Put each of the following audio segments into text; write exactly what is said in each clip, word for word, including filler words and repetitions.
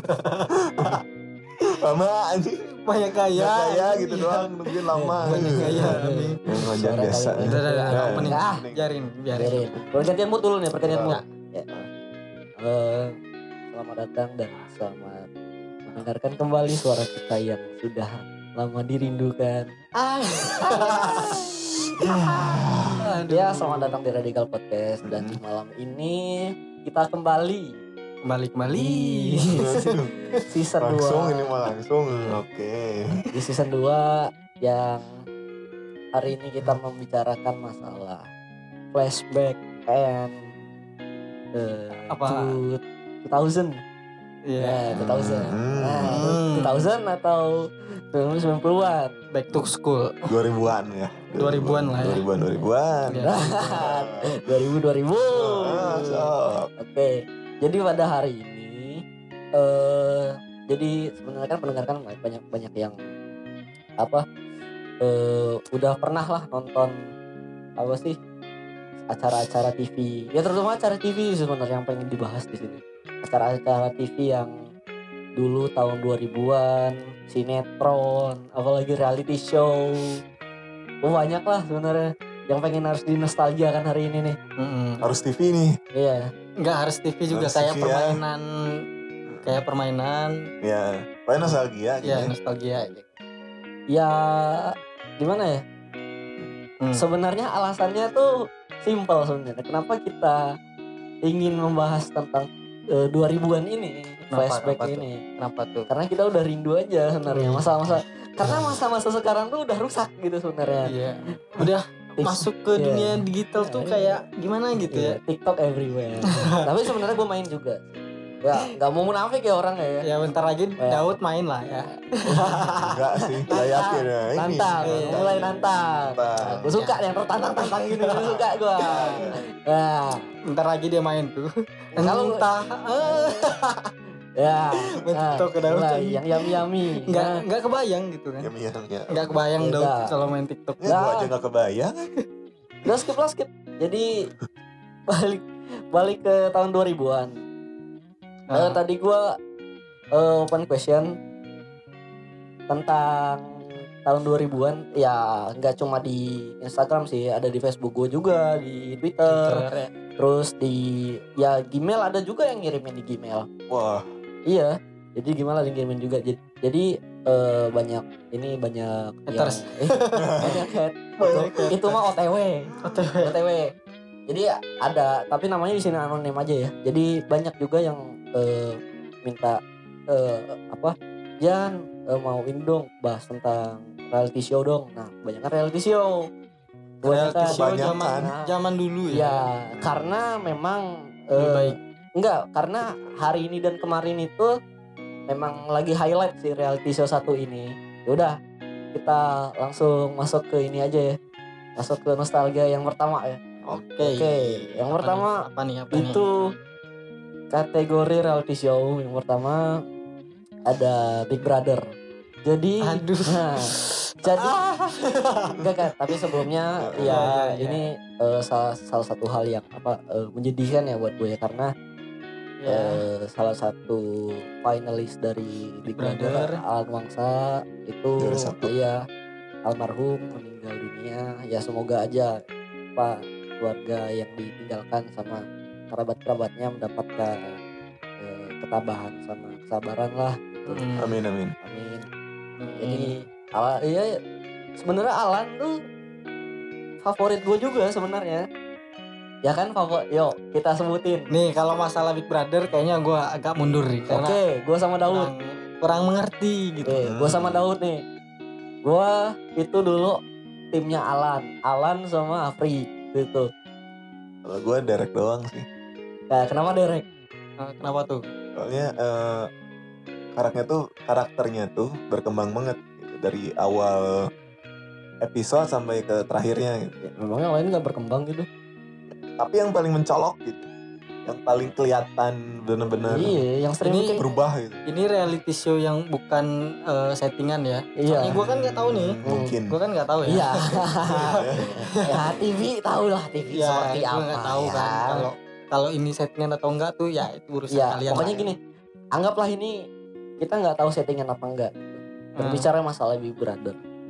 Lama anjing. Banyak gaya. Banyak gaya gitu doang, nungguin lama. Banyak gaya anjing. Yang wajar biasa. Udah udah udah Ya, opening. Ah, Biarin, biarin. Biarin. Pergantian mood dulu nih, pergantian mood. Ya. Ya. Eh, selamat datang dan selamat mendengarkan kembali suara kita yang sudah lama dirindukan. Ah. Ya, selamat datang di Radical Podcast dan di malam ini kita kembali Kembali kembali. season langsung dua. ini mah langsung. Oke. Di season dua yang hari ini kita membicarakan masalah flashback and uh, Apa? two thousand. Iya. Ya, two thousand. Hmm. Nah, Hmm. two thousand atau sembilan puluhan. Back to school. dua ribuan ya. dua ribuan lah ya. dua ribuan, dua ribuan. Iya. dua ribu dua ribu. Ah, sok. Oke. Jadi pada hari ini eh jadi sebenarnya kan pendengar kan banyak banyak yang apa eh udah pernah lah nonton apa sih acara-acara T V. Ya terutama acara T V sebenarnya yang pengen dibahas di sini. Acara-acara T V yang dulu tahun dua ribuan, sinetron, apalagi reality show. Oh, banyak lah sebenarnya yang pengen harus dinostalgiakan hari ini nih. Mm-mm. Harus T V nih. Iya. Nggak harus T V juga, Harus kayak T V ya. permainan kayak permainan Ya, pokoknya nostalgia gitu. ya ya. nostalgia. Ya gimana ya? Hmm. Sebenarnya alasannya tuh simpel sebenarnya. Kenapa kita ingin membahas tentang uh, dua ribuan ini, Kenapa, flashback kenapa tuh? ini? Kenapa tuh? Karena kita udah rindu aja sebenarnya Hmm. masa-masa. Karena masa-masa sekarang tuh udah rusak gitu sebenarnya. Iya. Udah Tik- masuk ke Iya. dunia digital tuh kayak gimana gitu Iya, ya. TikTok everywhere. Tapi sebenarnya gue main juga. Ya, nggak mau munafik ya orang ya. Ya bentar lagi Ya. Daud main lah ya. Enggak sih, enggak yakin ya. Ini. Nantang, Iya. mulai nantang. Nantang. Gue suka yang tertantang-tantang gitu, gue suka gue. Nah, Bentar lagi dia main tuh. Kalau- Entah eh, ya, bentuk ke nah, Daud mulai tuh. yang yummy-yummy. Nggak Nah, nggak kebayang gitu kan. Ya, ya, ya. Nggak kebayang Beda. Daud kalau main TikTok. Ya, gua aja enggak kebayang. udah skip lah skip. Jadi balik balik ke tahun dua ribuan. Eh, Nah, tadi gua eh, open question tentang tahun dua ribuan. Ya nggak cuma di Instagram sih, ada di Facebook gue juga, di Twitter, Twitter, ya. terus di ya Gmail ada juga yang ngirimin di Gmail. Wah, Iya, jadi gimana dikirimin juga. Jadi, jadi eh, banyak ini banyak Haters. yang, eh, banyak head. Banyak itu, itu mah O T W, O T W. Jadi ada, tapi namanya di sini anonim aja ya. Jadi banyak juga yang eh, minta eh, apa? Jan eh, mau ini dong bahas tentang reality show dong. Nah, kebanyakan reality show. Reality Kebanyakan. show Kebanyakan. zaman zaman dulu ya. Ya, karena memang Lebih eh, baik. enggak, karena hari ini dan kemarin itu memang lagi highlight si reality show satu ini. Ya udah, kita langsung masuk ke ini aja ya. Masuk ke nostalgia yang pertama ya. Oke. Oke, yang Apa pertama nih? apa nih? Apa nih? Itu kategori reality show. Yang pertama ada Big Brother. Jadi Aduh. nah, jadi enggak kan, tapi sebelumnya Iya, ya iya, iya. ini eh, salah, salah satu hal yang apa eh, menyedihkan ya buat gue ya, karena Ya. eh, salah satu finalis dari Big Brother, Brother. Alan Wangsa itu Juara satu. iya almarhum meninggal dunia. Ya semoga aja Pak keluarga yang ditinggalkan sama kerabat-kerabatnya mendapatkan eh, ketabahan sama kesabaran lah. Gitu. Hmm. amin amin. Amin. Hmm. Jadi Alan, iya sebenarnya Alan tuh favorit gue juga sebenarnya. Ya kan favorit. Yuk kita sebutin. Nih kalau masalah Big Brother kayaknya gue agak mundur nih Oke, karena gue sama Daud. kurang, kurang mengerti gitu. Oke, gue sama Daud nih. Gue itu dulu timnya Alan, Alan sama Afri gitu. Kalau gue Derek doang sih. Nah, kenapa Derek? Nah, kenapa tuh? Soalnya eh, karakternya tuh karakternya tuh berkembang banget gitu. Dari awal episode sampai ke terakhirnya gitu. Ya, memang yang lain nggak berkembang gitu. Tapi yang paling mencolok gitu, yang paling kelihatan benar-benar Iya, yang sering Ini- bikin. berubah gitu. Ini reality show yang bukan eh, settingan ya. Iya. Soalnya gue kan nggak tahu nih. Hmm, mungkin. Gue kan nggak tahu ya. Iya. Ya T V tahu lah T V Ya, seperti gue apa. nggak tahu ya. kan. Kalau kalau ini settingan atau enggak tuh ya itu urusan Ya, kalian. pokoknya lah. gini. Anggaplah ini kita nggak tahu settingan apa enggak gitu. Berbicara masalah Big Brother.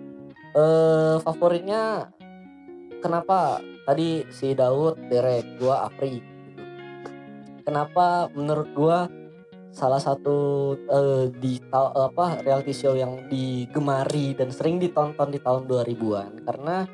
Eh favoritnya kenapa tadi si Daud, Derek, gua Apri gitu. Kenapa menurut gua salah satu eh, di ta- apa reality show yang digemari dan sering ditonton di tahun dua ribuan karena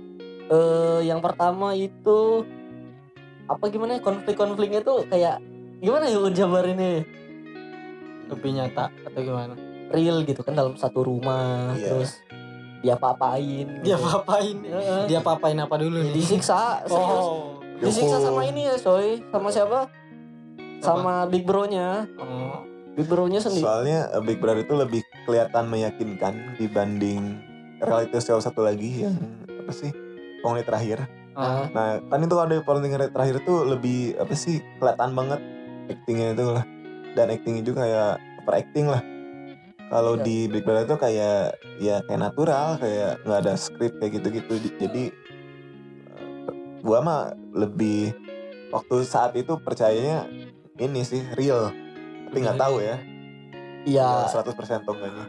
eh yang pertama itu apa gimana ya, konflik-konfliknya tuh kayak gimana ya jabarinnya, Lebih nyata atau gimana? real gitu kan dalam satu rumah. Iya. Terus dia apa-apain Dia gitu. apa-apain? Heeh. Dia apa-apain apa dulu Ya, nih? disiksa Oh. disiksa Dihukum. sama ini ya coy, sama siapa, sama Big Bro-nya Oh. Big Bro-nya sendiri. Soalnya uh, Big Brother itu lebih kelihatan meyakinkan dibanding reality show satu lagi yang apa sih, Penghuni Terakhir. Ah. Nah kan itu ada Penghuni Terakhir itu lebih apa sih, kelihatan banget actingnya itu lah, dan actingnya juga kayak overacting lah. Kalau Iya. di Big Brother itu kayak ya kayak natural, kayak nggak ada skrip kayak gitu-gitu. Jadi uh, gua mah lebih waktu saat itu percayanya ini sih real, tapi nggak tahu ya. Iya, seratus persen atau enggaknya.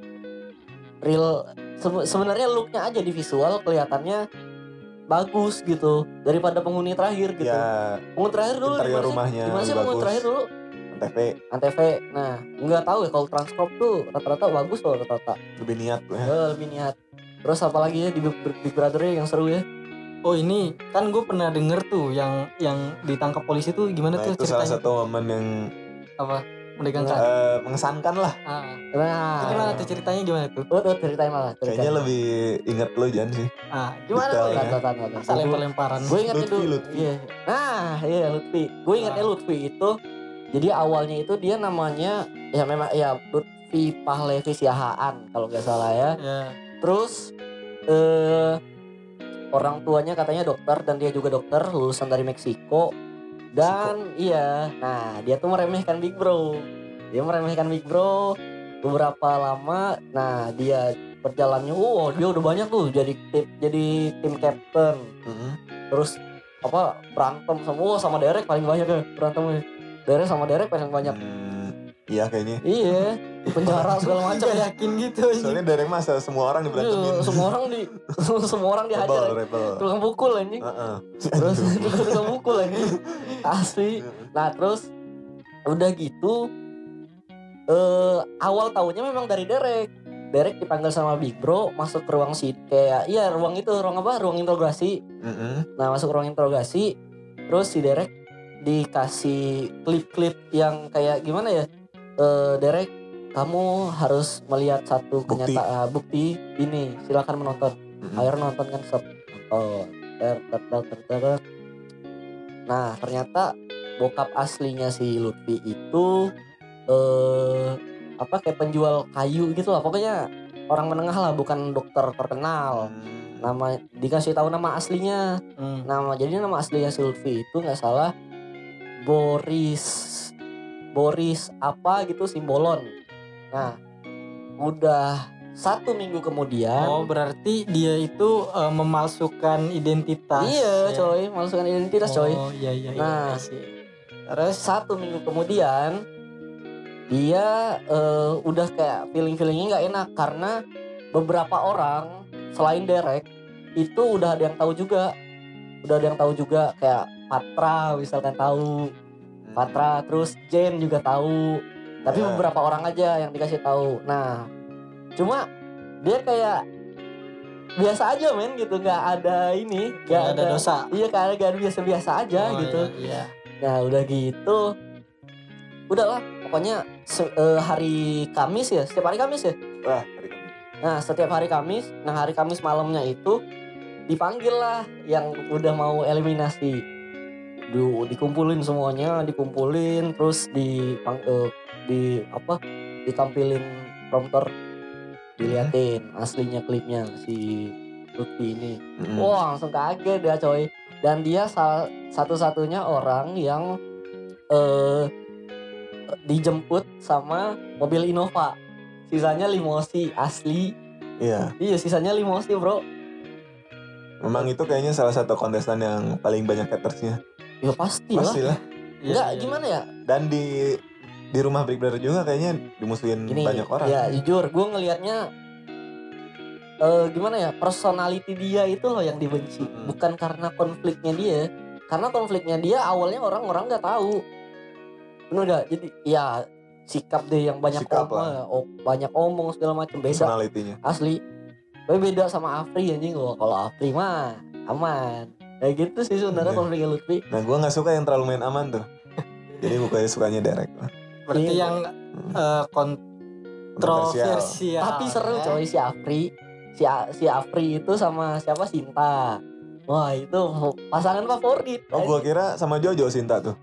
real se- sebenarnya looknya aja di visual kelihatannya bagus gitu daripada Penghuni Terakhir gitu. Ya Penghuni Terakhir dulu interior gimana sih? rumahnya Gimana sih lebih Penghuni bagus. Terakhir dulu? Antv Antv. Nah, nggak tahu ya kalau Transcorp tuh rata-rata bagus loh rata-rata. lebih niat tuh ya. Eh, lebih niat. Terus apalagi ya di Big, Big Brother yang seru ya? Oh ini kan gue pernah denger tuh yang yang ditangkap polisi tuh gimana Nah tuh itu salah ceritanya? satu momen yang Apa? Menegangkan. eh, mengesankan lah. Ah. Nah, Itu gimana tuh ceritanya gimana tuh? Tuh, tuh ceritain malah. Kayaknya lebih inget lu Jan sih. Ah, gimana Detail tuh? ya. Tata, tata, tata. Masa lempar-lemparan. Gue ingatnya Lutfi, dulu. Lutfi. Iya. Nah, iya Lutfi. Gue ingatnya Ah. Lutfi itu. Jadi awalnya itu dia namanya ya memang ya Lutfi Pahlevi Siahaan kalau nggak salah ya. Ya. Terus eh orang tuanya katanya dokter dan dia juga dokter lulusan dari Meksiko. Dan iya, nah dia tuh meremehkan Big Bro. Dia meremehkan Big Bro beberapa lama. Nah dia perjalanannya, wow dia udah banyak tuh jadi tim, jadi tim captain. Mm-hmm. Terus apa berantem sama, oh, sama Derek paling banyak ya berantemnya. Derek sama Derek paling banyak. Hmm, iya kayaknya. Iya, di penjara segala macam. Gak yakin gitu. Soalnya dari masa semua orang diberantemin. Iya, semua orang di semua orang rebel, dihajar. rebel. Tukang pukul anjing. Uh-uh. Terus tukang pukul anjing. Asli. Nah, terus udah gitu eh awal tahunnya memang dari Derek. Derek dipanggil sama Big Bro masuk ke ruang sid kayak iya ruang itu ruang apa? Ruang interogasi. Mm-mm. Nah, masuk ke ruang interogasi. Terus si Derek dikasih klip-klip yang kayak gimana ya? Eh Derek, kamu harus melihat satu Bukti. kenyataan bukti ini. Silakan menonton. Mm-mm. Akhirnya nonton kan set nonton. Ter, ter, ter, ter, ter, ter. Nah, ternyata bokap aslinya si Lutfi itu eh apa kayak penjual kayu gitu lah. Pokoknya orang menengah lah, bukan dokter terkenal. Hmm. Nama dikasih tahu nama aslinya. Hmm. Nama jadi nama aslinya si Lutfi itu nggak salah Boris Boris apa gitu Simbolon. Nah, udah satu minggu kemudian. Oh berarti dia itu eh, memalsukan identitas. Iya, ya? coy, masukkan identitas, coy. Oh iya iya. iya, Nah, iya sih. Terus satu minggu kemudian dia eh, udah kayak feeling-feelingnya nggak enak karena beberapa orang selain Derek itu udah ada yang tahu juga, udah ada yang tahu juga kayak Patra misalkan tahu, Patra terus Jen juga tahu, tapi Ya. beberapa orang aja yang dikasih tahu. Nah, cuma dia kayak biasa aja men gitu, nggak ada ini, Nggak ada dosa. Iya kayak gak biasa-biasa aja Oh, gitu. Iya, iya. Nah udah gitu, udahlah pokoknya se- eh, hari Kamis ya, setiap hari Kamis ya. Wah, hari Kamis. Nah setiap hari Kamis, nah hari Kamis malamnya itu dipanggil lah yang udah mau eliminasi. Du, dikumpulin semuanya, dikumpulin terus di eh, di apa? Ditampilin prompter, diliatin aslinya klipnya si Lutfi ini. Mm-mm. Wah langsung kaget dia coy. Dan dia salah satu-satunya orang yang eh dijemput sama mobil Innova. Sisanya limosi asli. Iya, Iya sisanya limosi bro. memang itu kayaknya salah satu kontestan yang paling banyak hatersnya. Ya pasti lah. Pasti lah. Iya, Enggak iya. gimana ya? Dan di di rumah Big Brother juga kayaknya dimusuhin Gini, banyak orang. ya jujur gue ngelihatnya eh gimana ya, personality dia itu loh yang dibenci, Mm-mm. bukan karena konfliknya dia. Karena konfliknya dia awalnya orang-orang nggak tahu, bener gak? Jadi ya sikap dia yang banyak Sikap omong, lah. oh, banyak omong segala macam, beda Personality-nya. asli. Tapi beda sama Afri anjing. Wah, kalau Afri mah aman. Kayak gitu sih sebenarnya Iya. konfliknya Lutfi. Nah gue nggak suka yang terlalu main aman tuh. Jadi bukannya sukanya Derek lah. Berarti Iya. yang Hmm. eh, Kontroversial. kontroversial. Tapi seru ya. coy si Afri. Si A- si Afri itu sama siapa, Sinta. Wah, itu pasangan favorit. Oh gue kira sama Jojo Sinta tuh.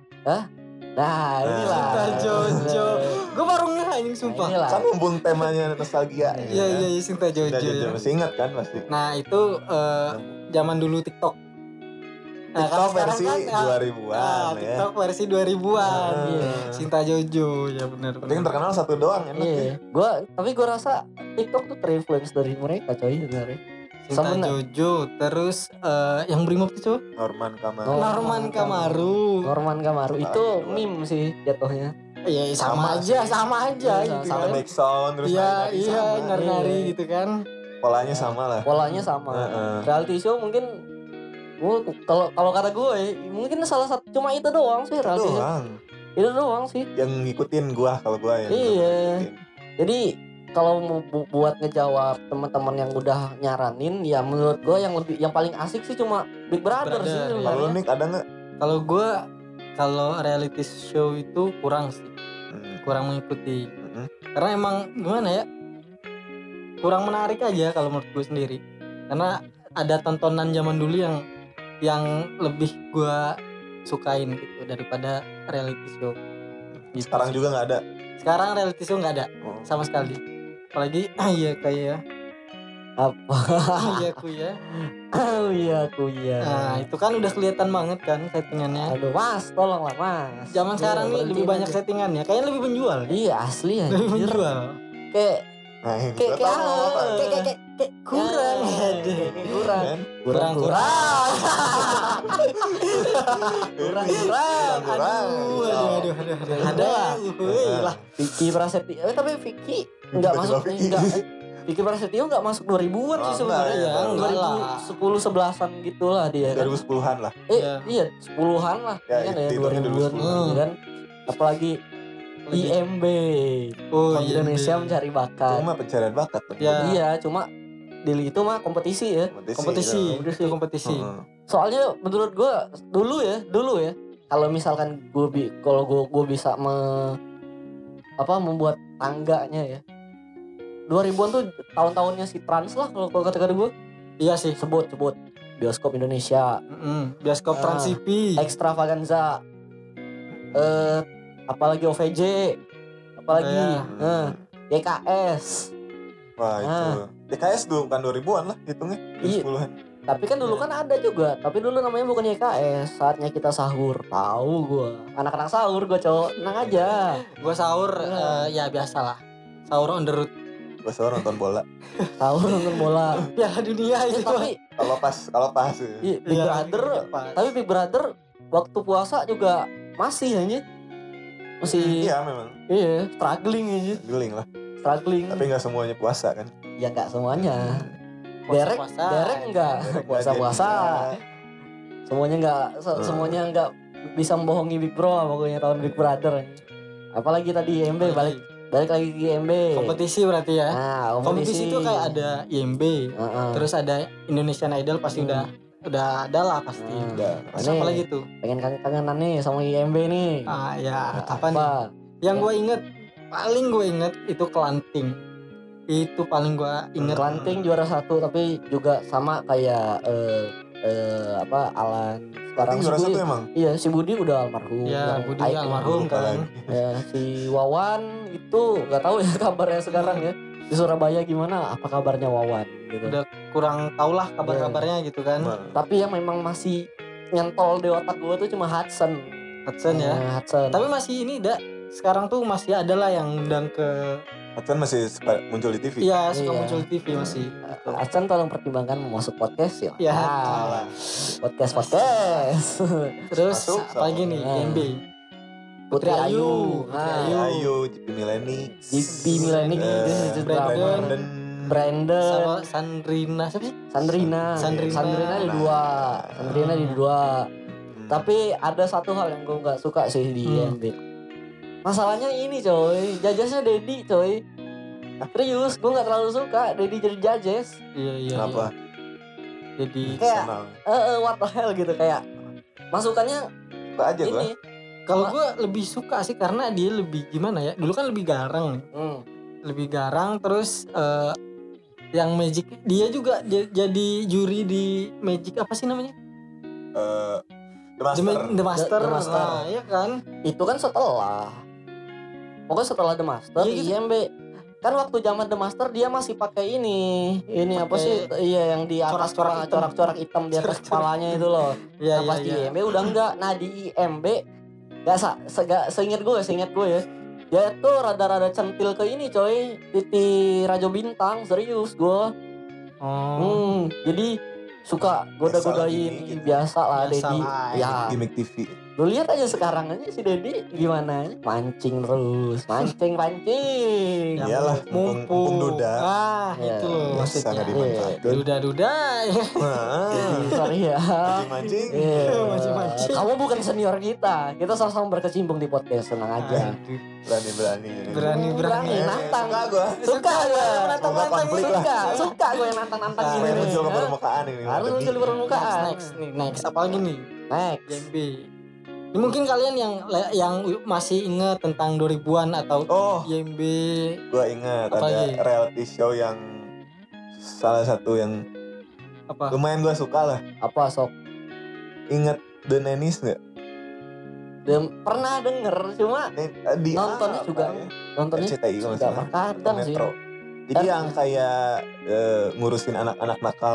Nah, inilah. Sinta Jojo. Gue baru ngeh anjing Nah, sumpah. inilah. Kan mumpung temanya nostalgia. Iya iya iya, Sinta Jojo. Sinta Jojo Ya. masih ingat kan pasti. Nah itu eh, zaman dulu TikTok. Nah, TikTok kalau sekarang versi kan, ah, dua ribuan ah, ya. TikTok versi dua ribuan. Ah. Iya. Sinta Jojo ya benar. Tapi yang terkenal satu doang enak ya. Iya, gua tapi gua rasa TikTok tuh terinfluence dari mereka coy sebenarnya. Sinta Sebenar- Jojo, terus eh, yang Brimob itu coba? Norman Kamar. Oh. Norman Kamaru. Norman Kamaru itu Aduh. meme sih jatuhnya. Iya Sama sama, aja, sih. sama aja Iya, gitu Sama kan. make sound terus Iya nari-nari iya sama. nari-nari Iya. gitu kan. Polanya sama lah. Polanya sama. Heeh. Reality show mungkin gua kalau kalau kata gue mungkin salah satu cuma itu doang sih reality show. Doang. Itu doang sih. Yang ngikutin gua kalau gua yang Iya. ngikutin. Jadi kalau mau bu- buat ngejawab teman-teman yang udah nyaranin, ya menurut gue yang lebih yang paling asik sih cuma Big Brother, Brother, sih iya. Kalau lu sebenarnya. Nick ada nggak? Kalau gue kalau reality show itu kurang sih, Hmm. kurang mengikuti. Mm-mm. Karena emang gimana ya, kurang menarik aja kalau menurut gue sendiri. Karena ada tontonan zaman dulu yang yang lebih gue sukain gitu daripada reality show. Gitu Sekarang sih. juga nggak ada. Sekarang reality show nggak ada Oh. sama sekali. Apalagi iya kayak Apa? iya aku ya. Oh iya, aku iya. Nah itu kan udah kelihatan banget kan settingannya. Aduh, Mas, tolonglah Mas. Zaman sekarang nih Berhentiin lebih banyak aja. settingannya. Kayaknya lebih menjual. ya? Iya asli ya. Lebih menjual. Kayak Nah, ini kayak gua kayak tahu apa. kayak kayak kayak kayak Kurang. Ya, kayak- kayak kurang. Kan? Kurang kurang. Kurang kurang. Kurang. Aduh, aduh, aduh, aduh, aduh. Ada lah. Wuih, lah. Vicky Prasetyo, eh, tapi Vicky nggak Tiba-tiba masuk Vicky. enggak. Vicky Prasetyo nggak masuk dua ribuan Oh, sih sebenarnya. enggak, ya, dua enggak ribu lah. sepuluh sebelasan gitulah dia dua kan. ribu sepuluhan lah. Eh Ya. iya sepuluhan lah Ya, kan ya itu- dua itu dulu ribuan sepuluhan. ya kan. Apalagi I M B, Oh, Indonesia iya. mencari bakat. Cuma pencarian bakat. kan? Ya. Iya, cuma Dili itu mah kompetisi ya. Kompetisi, gitu. itu kompetisi. Heeh. Soalnya menurut gua dulu ya, dulu ya. Kalau misalkan gua bi kalau gua gua bisa me apa membuat tangganya ya. dua ribuan tuh tahun-tahunnya si Trans lah kalau kalau kata-kata gua. Iya sih. Sebut sebut Bioskop Indonesia, Mm-mm. Bioskop Ah. Trans T V. Extravaganza. Eh apalagi O V J. Apalagi Iya. eh, Y K S. Wah itu. Ah. D K S dulu bukan dua ribuan lah hitungnya. Iya. sepuluhan. Tapi kan dulu Iya. kan ada juga, tapi dulu namanya bukan Y K S. Saatnya kita sahur. Tahu gua. Anak-anak sahur gua, cowok. Tenang aja. Gua sahur Iya. eh, ya biasa lah. Sahur on the road. Gue selalu nonton bola. Sahur nonton bola. Piala dunia Eh, itu. tapi Kalau pas kalau pas. ya. iya, Big Iya, Brother, pas. tapi Big Brother waktu puasa juga masih aja. Masih Iya memang. iya, struggling aja. Geling lah. Struggling. Tapi nggak semuanya puasa kan. Ya enggak semuanya. Puasa- Derek, puasa. Derek enggak puasa-puasa. Semuanya enggak se- Hmm. semuanya enggak bisa membohongi Big Bro pokoknya tahun Big Brother. Apalagi tadi I M B balik balik lagi ke I M B. Kompetisi berarti ya. Nah, Kompetisi itu kayak ada I M B, Heeh. terus ada Indonesian Idol pasti Hmm. udah udah ada lah pasti. Hmm. Udah. Terus Nih, apa lagi tuh? pengen kangen-kangenan nih sama I M B nih. Ah ya, Nah, apa, nih? Yang gue inget, paling gue inget itu Kelanting. Itu paling gue inget. Kelanting juara satu tapi juga sama kayak eh, eh, apa Alan sekarang Tapi si juara Budi. satu emang. Iya si Budi udah almarhum. Ya, Yang Budi Aik- almarhum Lupa kan. lagi. Ya, si Wawan itu nggak tahu ya kabarnya sekarang ya di Surabaya gimana, apa kabarnya Wawan gitu. Udah kurang tau lah kabar-kabarnya gitu kan. Nah, Tapi yang memang masih nyentol di otak gue tuh cuma Hudson. Hudson ya. Eh, Hudson. Tapi masih ini dah. Sekarang tuh masih ada lah yang undang ke, Hudson masih suka muncul di T V. iya suka Iya. muncul T V masih. Gitu. Hudson tolong pertimbangkan mau masuk podcast ya. Ya. Ah, podcast podcast. Terus Masuk, apa lagi nih? sama. I M B. Putri Ayu, Nah, Putri Ayu. Ayu, J P Millenix, J P Millenix, eh, this is the Brandon. drama. Brandon, Brandon, sama Sandrina siapa sih? Sandrina, Sandrina. Sandrina ada Nah. dua, Sandrina ada dua. Hmm. Tapi ada satu hal yang gue nggak suka sih di Hmm. I M B. Masalahnya ini coy, judgesnya Dedi coy. Serius, gue nggak terlalu suka Dedi jadi judges. Iya iya. Kenapa? iya. Jadi Kayak, Senang. eh eh, what the hell gitu kayak masukannya Suka aja gua. ini. kalau gue lebih suka sih karena dia lebih gimana ya? Dulu kan lebih garang nih. Hmm. Lebih garang terus eh, yang Magic dia juga dia, jadi juri di Magic apa sih namanya? Eh, The The, Master. Ma- The Master. The Master. Nah, iya kan? Itu kan setelah, pokoknya setelah The Master Iya, gitu. I M B. Kan waktu zaman The Master dia masih pakai ini, ini apa Pakai sih? Iya yang di atas corak-corak hitam. corak-corak hitam di atas kepalanya itu loh. Iya Nah, iya pas di iya. I M B udah enggak. Nah di I M B gak sa, se, gak, seinget gue, seinget gue ya. Dia tuh rada-rada centil ke ini coy, Titi Rajo Bintang, serius gue. Oh. Hmm, jadi suka goda-godain Biasa lah gini, gitu. biasa lah Biasa Dedi. lah, Ya, Gimmick T V. lu lihat aja sekarang aja si Dedi gimana, mancing terus, mancing pancing. Ya, Iyalah, mumpung, mumpung duda. Ah, Iya. itu loh Biasa maksudnya. nggak dimanfaatkan. Duda-duda ya. Nah, Jadi, sorry ya. mancing-mancing. Iya. Mancing-mancing. Kamu bukan senior kita, kita sama-sama berkecimpung di podcast, tenang aja. Aduh, Berani-berani. Berani-berani. Eh, nantang. Suka gua. Suka gue, Semoga konflik lah. suka, suka gue yang nantang-nantang Nah, gini Supaya nih. muncul ke Hah? permukaan ini. Harus Demi- muncul ke permukaan. Next, next, nih, next. Apalagi nih? Next. I M B. Ini mungkin kalian yang yang masih ingat tentang dua ribuan atau Oh, I M B. gua ingat Apa ada lagi? reality show yang salah satu yang Apa? lumayan gua suka lah. Apa sok? Ingat The Nannies nggak? Dem, pernah denger cuma Nen- eh, Di Nontonnya apa juga. ya? nontonnya R C T I kalau nggak juga salah. terkadang sih. Metro. Jadi Dan- yang kayak eh, ngurusin anak-anak nakal.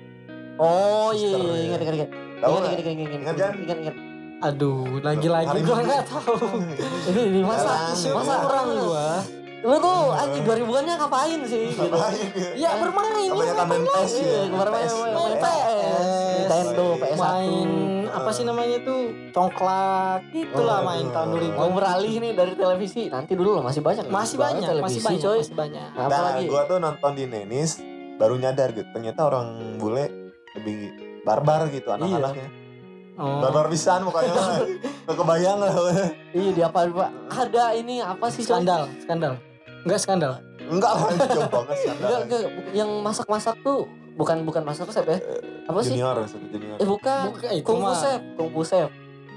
Oh iya, Mister, iya, ya. ingat ingat ingat. Tahu Ingat nggak? ingat ingat ingat Ingat kan? ingat ingat. Aduh, lagi-lagi Hari gua Minggu. nggak tahu. Ini ini masa Jarang, masa ya. Kurang gua. lu tuh anjing dua ribuannya ngapain sih gitu. Ngapain? Ya bermain. Kebanyakan main P E S Iya, ya. kemarin main, main, main Main P S, P S. Nintendo, P S satu. Main apa sih namanya tuh? Congklak. Itulah Oh, main aduh. tahun dua ribu. Mau beralih nih dari televisi, nanti dulu lah masih banyak. Masih banget banyak, televisi, masih banyak, coy. masih banyak. Nah, Nah, apalagi? gua tuh nonton di Nenis baru nyadar gitu. Ternyata orang bule lebih barbar gitu anak-anaknya. Oh. Barbar pisan mukanya. Gak kebayang lah. Iya, di apa Pak? Ada ini apa sih? Coy? Skandal, skandal. Enggak skandal. Enggak lah, itu jauh banget Enggak, skandal. enggak, yang masak-masak tuh bukan bukan masak resep ya? Apa sih? Junior, satu junior. Eh bukan, Bukan, itu Kung Fu mah. Chef, Kung Fu Chef.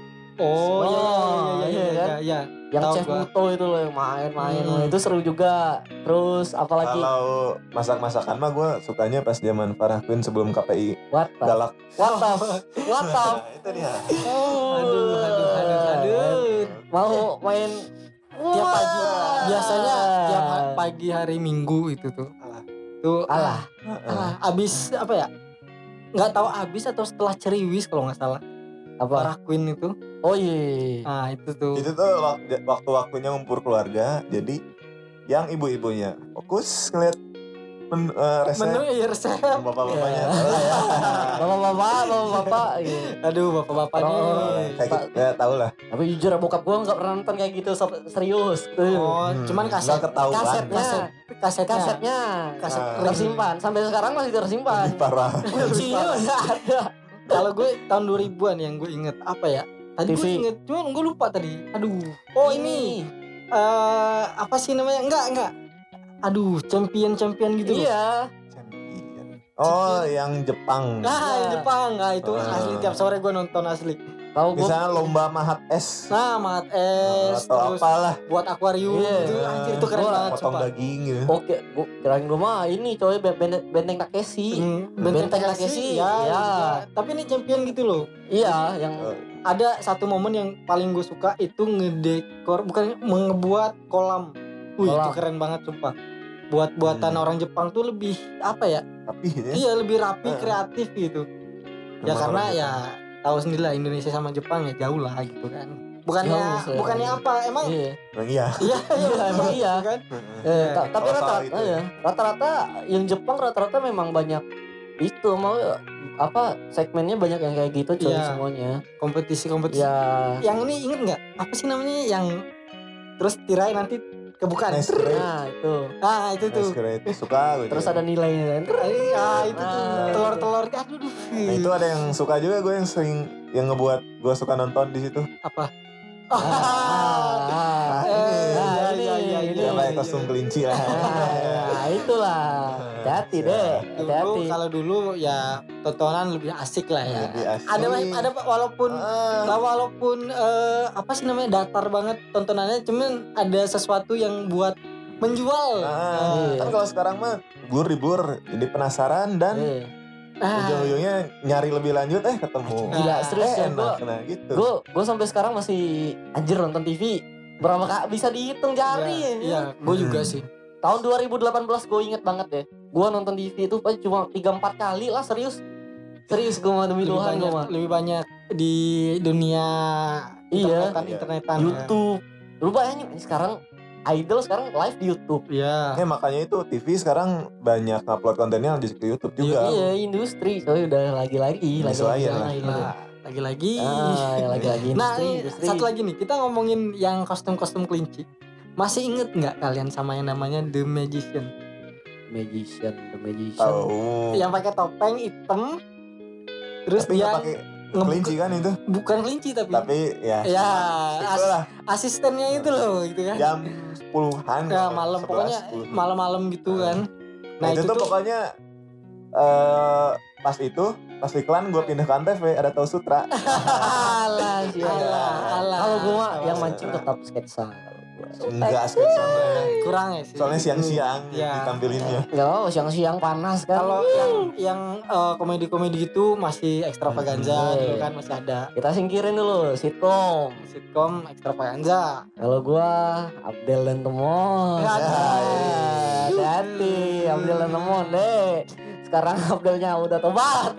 Oh, iya iya iya iya iya, iya kan? iya. Yang Tahu Chef gua. Muto itu loh yang main-main, Hmm. itu seru juga. Terus apalagi? Kalau masak-masakan mah gue sukanya pas zaman Farah Queen sebelum K P I What the? galak. What the? What the? Nah, itu dia. Aduh, aduh, aduh, aduh. Mau main Tiap pagi Wah. biasanya tiap ha- pagi hari Minggu itu tuh. Alah. Tuh Alah, ah, abis apa ya? Nggak tahu abis atau setelah Ceriwis kalau nggak salah. apa? Farah Queen itu. Oh iya. Ah, itu tuh. Itu tuh wak- waktu-waktunya ngumpul keluarga. Jadi yang ibu-ibunya fokus ngeliat men, eh, resep. Menu ya resep. Yang bapak-bapaknya. Iya. Oh, ya. Bapak-bapak, bapak-bapak. Iya. Aduh, bapak-bapak nih. Eh, Kayak gitu, ya tau lah. Tapi jujur bokap gua nggak pernah nonton kayak gitu sob- serius. Tuh. Oh, Hmm, cuman kaset. nggak ketahuan. Kasetnya, Kaset, kasetnya. kasetnya, Kaset Nah. ring. tersimpan sampai sekarang masih tersimpan. Lebih parah. Kuncinya nggak ada. Kalau gue tahun dua ribuan yang gue inget apa ya? Tadi T V. gue inget, cuman gue lupa tadi. Aduh. Oh ini eh apa sih namanya? Enggak, enggak. Aduh, champion-champion gitu loh. Iya. Champion. Oh, yang Jepang. Nah, yang Jepang. Nah, itu Ah. asli tiap sore gue nonton asli. Tahu gua Misalnya lomba mahat es. Nah, mat es atau terus apalah. buat akuarium Iya. gitu. Anjir itu keren Gua banget Potong sumpah. daging gitu. Oke, gua kirain gua mah ini coy benteng benteng Takeshi. Hmm, Benteng Benteng Takeshi, Takeshi ya. ya, ya. Tapi ini champion gitu loh. Iya, yang Eh, Ada satu momen yang paling gue suka itu ngedekor bukan mengebuat kolam. Wih, Kolam. itu keren banget sumpah. Buat buatan Hmm. orang Jepang tuh lebih apa ya? Tapi gitu ya. Iya, lebih rapi, Eh. kreatif gitu. Ya Emang karena orang ya tahu sendiri lah Indonesia sama Jepang ya jauh lah gitu kan. Bukannya Jauh, sih. bukannya apa? Emang iya. Emang iya. iya Iya, emang iya. kan. Eh, ta- tapi Kalau soal rata-rata itu. ya, rata-rata yang Jepang rata-rata memang banyak itu mau apa segmennya banyak yang kayak gitu coy Iya. semuanya. Kompetisi-kompetisi. Ya. Yang ini inget nggak? Apa sih namanya yang terus tirai nanti kebukaan? Nice grade. Nah itu. Ah itu tuh. Nice grade. Suka gue. Terus juga. ada nilainya kan. Iya itu tuh Nah, telur-telur. Aduh duh. Nah itu ada yang suka juga gue yang sering yang ngebuat gue suka nonton di situ. Apa? Ah, ah, Nah, Eh, ini. iya, Nah, iya, iya, ini, iya, Yang iya, pakai kostum iya. kelinci lah. Nah, itulah. Hati-hati deh. Dulu Hati-hati. kalau dulu ya tontonan lebih asik lah ya. Lebih asik. Ada ada walaupun Ah. walaupun eh, apa sih namanya datar banget tontonannya, cuman ada sesuatu yang buat menjual. Nah, Iya. kan kalau sekarang mah blur-blur jadi penasaran dan Eh, Ah, ujung-ujungnya nyari lebih lanjut eh ketemu. Gila, Ah, serius eh ya, enak gua- nah gitu. gue gue sampai sekarang masih anjir nonton T V berapa kak bisa dihitung jari iya, ya. iya, gue juga Hmm. sih. Tahun dua ribu delapan belas gue inget banget deh. Gue nonton T V itu pas cuma tiga empat kali lah serius. Serius gue mah demi Lebih Tuhan gue banyak, mah. lebih banyak di dunia Iya. internetan, Iya. internetan. YouTube. Lu bayangin ini sekarang idol sekarang live di YouTube. Ya. Eh makanya itu T V sekarang banyak upload kontennya di YouTube juga. Iya industri. Soalnya udah lagi-lagi. Lagi-lagi. Penyesuaian lah. lagi-lagi. Nah, lagi-lagi. Ah, ya lagi-lagi Nah, industri. ini industri. satu lagi nih, kita ngomongin yang kostum-kostum kelinci. Masih inget nggak kalian sama yang namanya The Magician? Magician, the magician. Tahu. Yang pakai topeng hitam, terus Tapi dia nggak pakai ngebuka- kelinci kan itu. bukan kelinci tapi, Tapi ya. ya Itu as- lah asistennya itu loh, gitu kan? jam sepuluhan. Ya malam, pokoknya malam-malam gitu kan. Nah, itu, tuh pokoknya eh pas itu pas iklan gue pindah ke Antv ada Tahu Sutra. Alah, sial. Alah, alah. Kalau gue mah yang Alah. mancing tetap sketsa. Enggak sketsa. kurang ya sih. Soalnya siang-siang Ya. ditampilinnya. Enggak apa siang-siang panas kan. Kalau yang yang eh, komedi-komedi itu masih ekstravaganza Hmm. gitu kan, masih ada. Kita singkirin dulu sitkom. Sitkom ekstravaganza. Kalau gua Abdel dan Temon. Ya, Ah, hati-hati Abdel dan Temon deh. Sekarang Abdelnya udah tobat.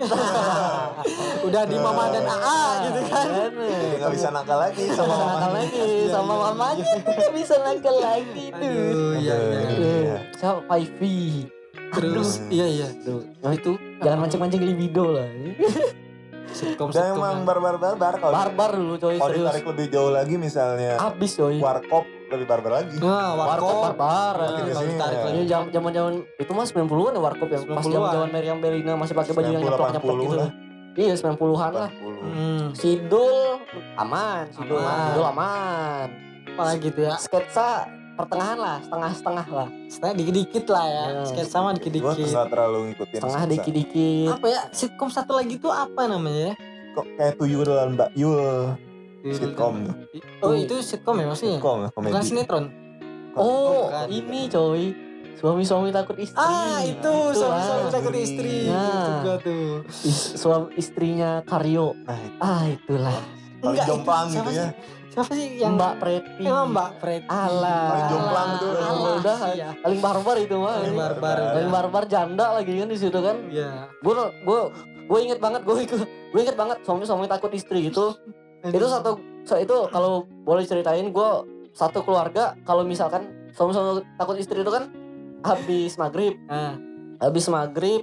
Udah di Mama dan A A gitu kan. Jadi nggak bisa nakal lagi Sama sama nakal mamanya. lagi sama mamanya bisa nakal lagi tuh. Aduh, iya iya. Aduh. Eh, Iya. Siapa Five? Terus iya iya. Tuh, nah itu jangan mancing-mancing libido lah. Sitkom Dan sitkom. emang yang- barbar-barbar kalau Barbar dulu coy kalau serius. ditarik lebih jauh lagi misalnya Abis coy. Warkop lebih barbar lagi. Nah, Warkop warkop. barbar. Nah, Makin kalau kesini, ditarik ya. lagi. Ini zaman zaman zaman itu mah sembilan puluhan ya Warkop yang pas sembilan puluhan. zaman zaman Meriam Bellina masih pakai baju yang sembilan puluh, nyeplok nyeplok delapan puluh gitu. lah. Iya sembilan puluhan lah. delapan puluh. Hmm, Sidul aman, Sidul Aman. aman, Sidul aman. apa gitu ya? Sketsa pertengahan lah, setengah-setengah lah. Setengah dikit-dikit lah ya. Ya. Sketsa sama Gue dikit-dikit. nggak terlalu ngikutin. Setengah sketsa. dikit-dikit. Apa ya? Sitkom satu lagi tuh apa namanya ya? Kok kayak tuyul dan Mbak Yul sitkom tuh. Oh, itu sitkom ya maksudnya? Sitkom Bukan komedi. sinetron. Oh, bukan. ini coy. Suami-suami takut istri. Ah, itu Itu suami-suami lah. takut istri. Nah. Itu juga tuh. Is- suami istrinya Karyo. Nah, itu Ah, itulah. paling Enggak, itu jomplang siapa gitu ya. sih? Siapa sih yang Mbak Preti. Emang Mbak Preti. Alah. Paling jomplang tuh. Alah, Udah, iya. paling barbar itu mah. Paling barbar. Paling barbar janda lagi kan di situ kan. Iya. Gue gue gue inget banget gue gue inget banget suami-suami takut istri itu. Itu satu so, itu kalau boleh ceritain gue satu keluarga kalau misalkan suami-suami takut istri itu kan habis maghrib Nah, habis maghrib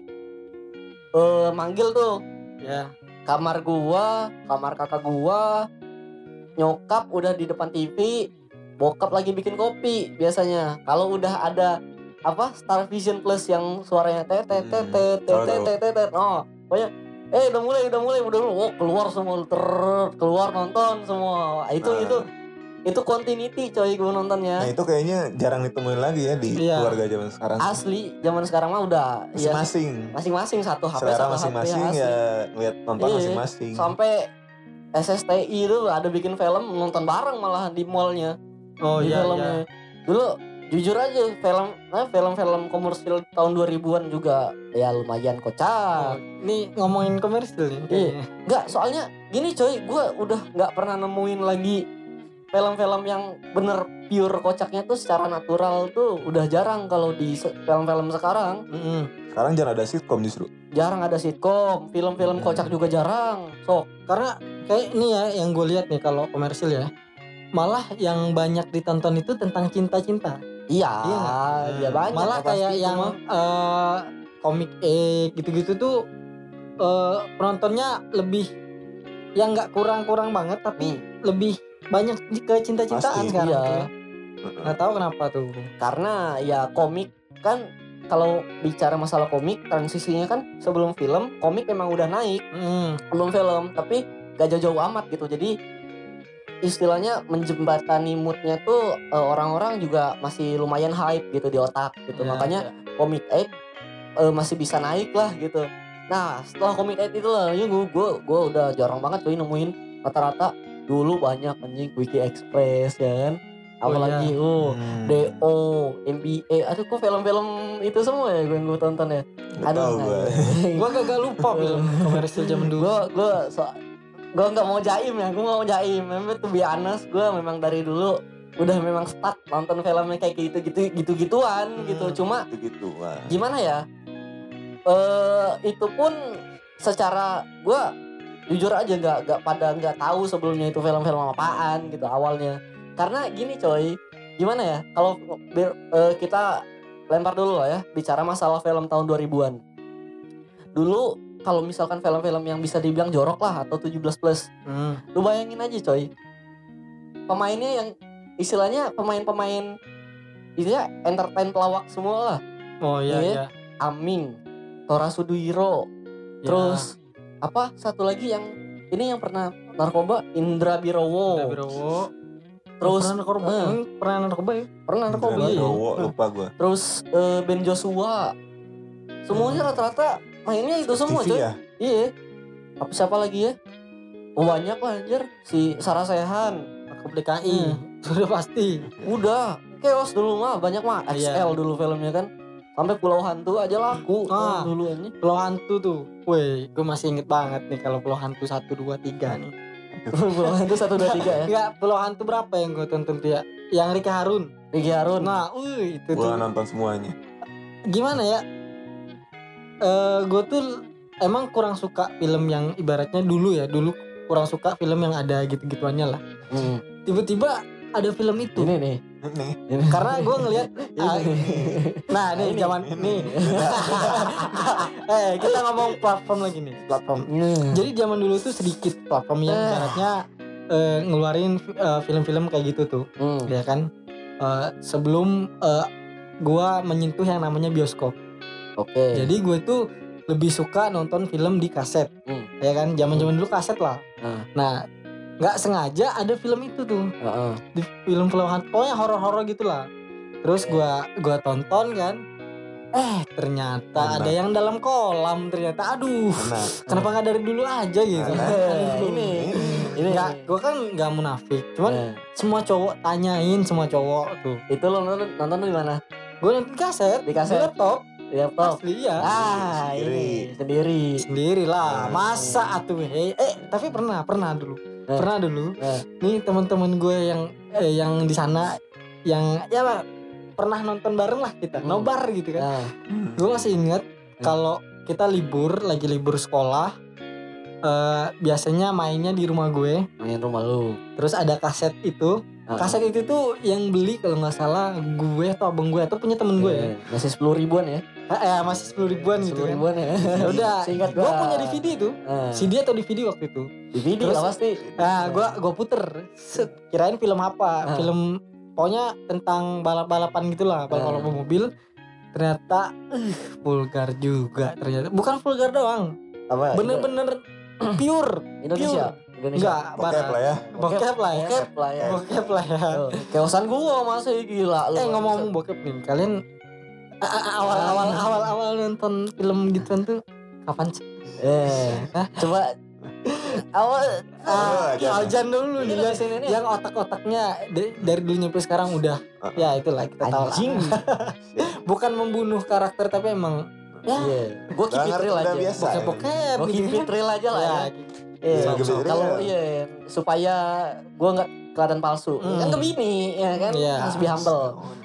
eh manggil tuh ya. kamar gua kamar kakak gua nyokap udah di depan T V bokap lagi bikin kopi biasanya kalau udah ada apa Star Vision Plus yang suaranya tet tet tet tet tet tet tet tet tet oh pokoknya eh udah mulai udah mulai udah mulai oh keluar semua ter keluar nonton semua itu Nah. itu itu continuity coy gue nontonnya Nah itu kayaknya jarang ditemuin lagi ya di Iya. keluarga zaman sekarang. asli zaman sekarang mah udah ya Masing-masing. masing-masing satu H P Selera satu H P masing-masing asli. ya ngeliat nonton Iya. masing-masing. Sampai S S T I itu ada bikin film nonton bareng malah di mallnya Oh di iya filmnya. iya. Dulu jujur aja film eh, film-film komersil tahun dua ribuan juga ya lumayan Oh, kocak. ini ngomongin komersil nih. Iya. kayaknya. Enggak, soalnya gini coy, gue udah nggak pernah nemuin lagi film-film yang bener pure kocaknya tuh secara natural tuh udah jarang kalau di se- film-film sekarang. Mm-mm. Sekarang jarang ada sitkom justru. Jarang ada sitkom, film-film Hmm. kocak juga jarang. Sok. Karena kayak ini ya yang gue lihat nih kalau komersil ya. Malah yang banyak ditonton itu tentang cinta-cinta. Iya, Iya iya banyak. Malah pasti kayak itu yang mah. eh, komik eh gitu-gitu tuh eh, penontonnya lebih yang nggak kurang-kurang banget tapi Hmm. lebih banyak ke cinta-cintaan Pasti, sekarang iya. tuh ya. Nggak tahu kenapa tuh. Karena ya komik kan, kalau bicara masalah komik transisinya kan sebelum film komik memang udah naik Hmm. sebelum film, tapi gak jauh-jauh amat gitu. Jadi istilahnya menjembatani moodnya tuh eh, orang-orang juga masih lumayan hype gitu di otak gitu. Ya, Makanya ya. komik eight eh, masih bisa naik lah gitu. Nah setelah komik eight itu lah, ya gue gue gue udah jarang banget cuy nemuin. Rata-rata dulu banyak anjing Wiki Express ya kan. Oh, Apalagi iya. oh Hmm. D O, M B A, aduh kok film-film itu semua ya gue yang gue tonton ya. Nggak tahu gue. Gua gak lupa film komersil zaman dulu. Gue gue so, gue nggak mau jaim ya, gue nggak mau jaim. Memang tuh be honest, gue memang dari dulu udah memang stuck nonton filmnya kayak gitu gitu gitu gituan Hmm. gitu. Cuma Gitu-gitu. Wah. gimana ya? Eh itu pun secara gue jujur aja nggak nggak pada nggak tahu sebelumnya itu film-film apaan gitu awalnya. Karena gini coy, gimana ya? Kalau bir- eh, kita lempar dulu lah ya, bicara masalah film tahun dua ribuan. Dulu kalau misalkan film-film yang bisa dibilang jorok lah atau tujuh belas plus, Hmm. lu bayangin aja coy, pemainnya yang istilahnya pemain-pemain itu ya entertain pelawak semua lah. Oh iya Iya. iya. Aming, Tora Sudiro, Ya. terus apa satu lagi yang ini yang pernah narkoba, Indra Birowo. Indra Birowo. Terus pernah narkoba, eh, Emang pernah narkoba ya? pernah narkoba. Indra Iya. Birowo, lupa gue. Terus eh, Ben Joshua, semuanya rata-rata mainnya itu semua T V coy. ya? Iya. Apa siapa lagi ya? Oh, banyak lah anjir. Si Sarah Sehan. Narkoba D K I. Sudah pasti. Udah. Chaos dulu mah. Banyak mah. X L Iya. dulu filmnya kan. Sampai Pulau Hantu aja laku. Ah. dulu ini. Pulau Hantu tuh. Woi, gue masih inget banget nih kalau Pulau Hantu satu, dua, tiga nih. Pulau Hantu satu dua tiga ya. Enggak, Pulau Hantu berapa yang gue tonton tuh ya? Yang Ricky Harun. Ricky Harun. Nah, wih itu Gue tuh. nonton semuanya. Gimana ya? Eh gue tuh emang kurang suka film yang ibaratnya dulu ya. Dulu kurang suka film yang ada gitu-gituannya lah. Hmm. Tiba-tiba ada film itu. Ini nih. Nih. Ini. Karena gue ngelihat ah, Ini. nah nih Ini, zaman ini. nih eh kita ngomong platform lagi nih platform Hmm. jadi zaman dulu tuh sedikit platform yang Eh. ibaratnya eh, ngeluarin eh, film-film kayak gitu tuh Hmm. ya kan. Eh, sebelum eh, gua menyentuh yang namanya bioskop. Oke. Jadi gue tuh lebih suka nonton film di kaset. Hmm. Ya kan, zaman-zaman dulu kaset lah. Ah. Nah, nggak sengaja ada film itu tuh. Heeh. Di film film hantu, pokoknya horor-horor gitulah. Terus gua gua tonton kan. Eh, ternyata Enak. ada yang dalam kolam ternyata. Aduh. Enak. Kenapa nggak dari dulu aja gitu. Nah, Eh, Aduh. ini. Ini. Nggak, gua kan nggak munafik. Cuman Eh, semua cowok tanyain semua cowok tuh. itu lo nonton nonton di mana? Gue nonton kaset Di kaset? di laptop. Di laptop. Asli ya. Ah, Sendiri. ini sendiri. Sendiri lah. Hmm. Masa atuh eh, eh tapi pernah pernah dulu. Eh. Pernah dulu. Eh. Nih teman-teman gue yang eh, yang di sana yang ya lah, pernah nonton bareng lah kita, Hmm. nobar gitu kan. Nah, Gue masih inget kalau kita libur, lagi libur sekolah, eh, biasanya mainnya di rumah gue. main rumah lu. Terus ada kaset itu, Ah. kaset itu tuh yang beli kalau nggak salah gue atau abang gue atau punya temen gue ya. Eh, masih sepuluh ribuan ya? Eh, eh, masih sepuluh ribuan gitu Sepuluh kan. ribuan ya? Ya udah, Seingat gue gua. punya D V D tuh, Eh, C D atau D V D waktu itu. D V D Terus- lah pasti. Nah, gue gue puter, Set, kirain film apa? Ah. Film pokoknya tentang balap-balapan gitulah, balap-balapan mobil. Ternyata, uh, vulgar juga ternyata. Bukan vulgar doang, Apa? bener-bener pure. Indonesia. Indonesia. Enggak, Bokep barat. lah ya. Bokep lah ya. Bokep lah ya. Bokep lah ya. Tuh, keosan gua masih gila lu. Eh ngomong bokep nih, kalian a- a- awal-awal awal-awal nonton film gituan tuh kapan sih? Eh, Hah? coba awal Ah, jangan. Aljan dulu nih Ini yang, sini nih. yang otak-otaknya da- dari dulu nyampe sekarang udah ya itulah kita tahu lah. anjing. Bukan membunuh karakter tapi emang ya Iya. Gua keep Udah it ngerti, real udah aja. biasa. bokep-bokep Gua keep gitu it real aja lah ya. ya. Iya. Iya, keep it real. Kalau iya supaya gua nggak kelihatan palsu. Hmm. Kan Gemini ya kan. Iya. Harus be humble.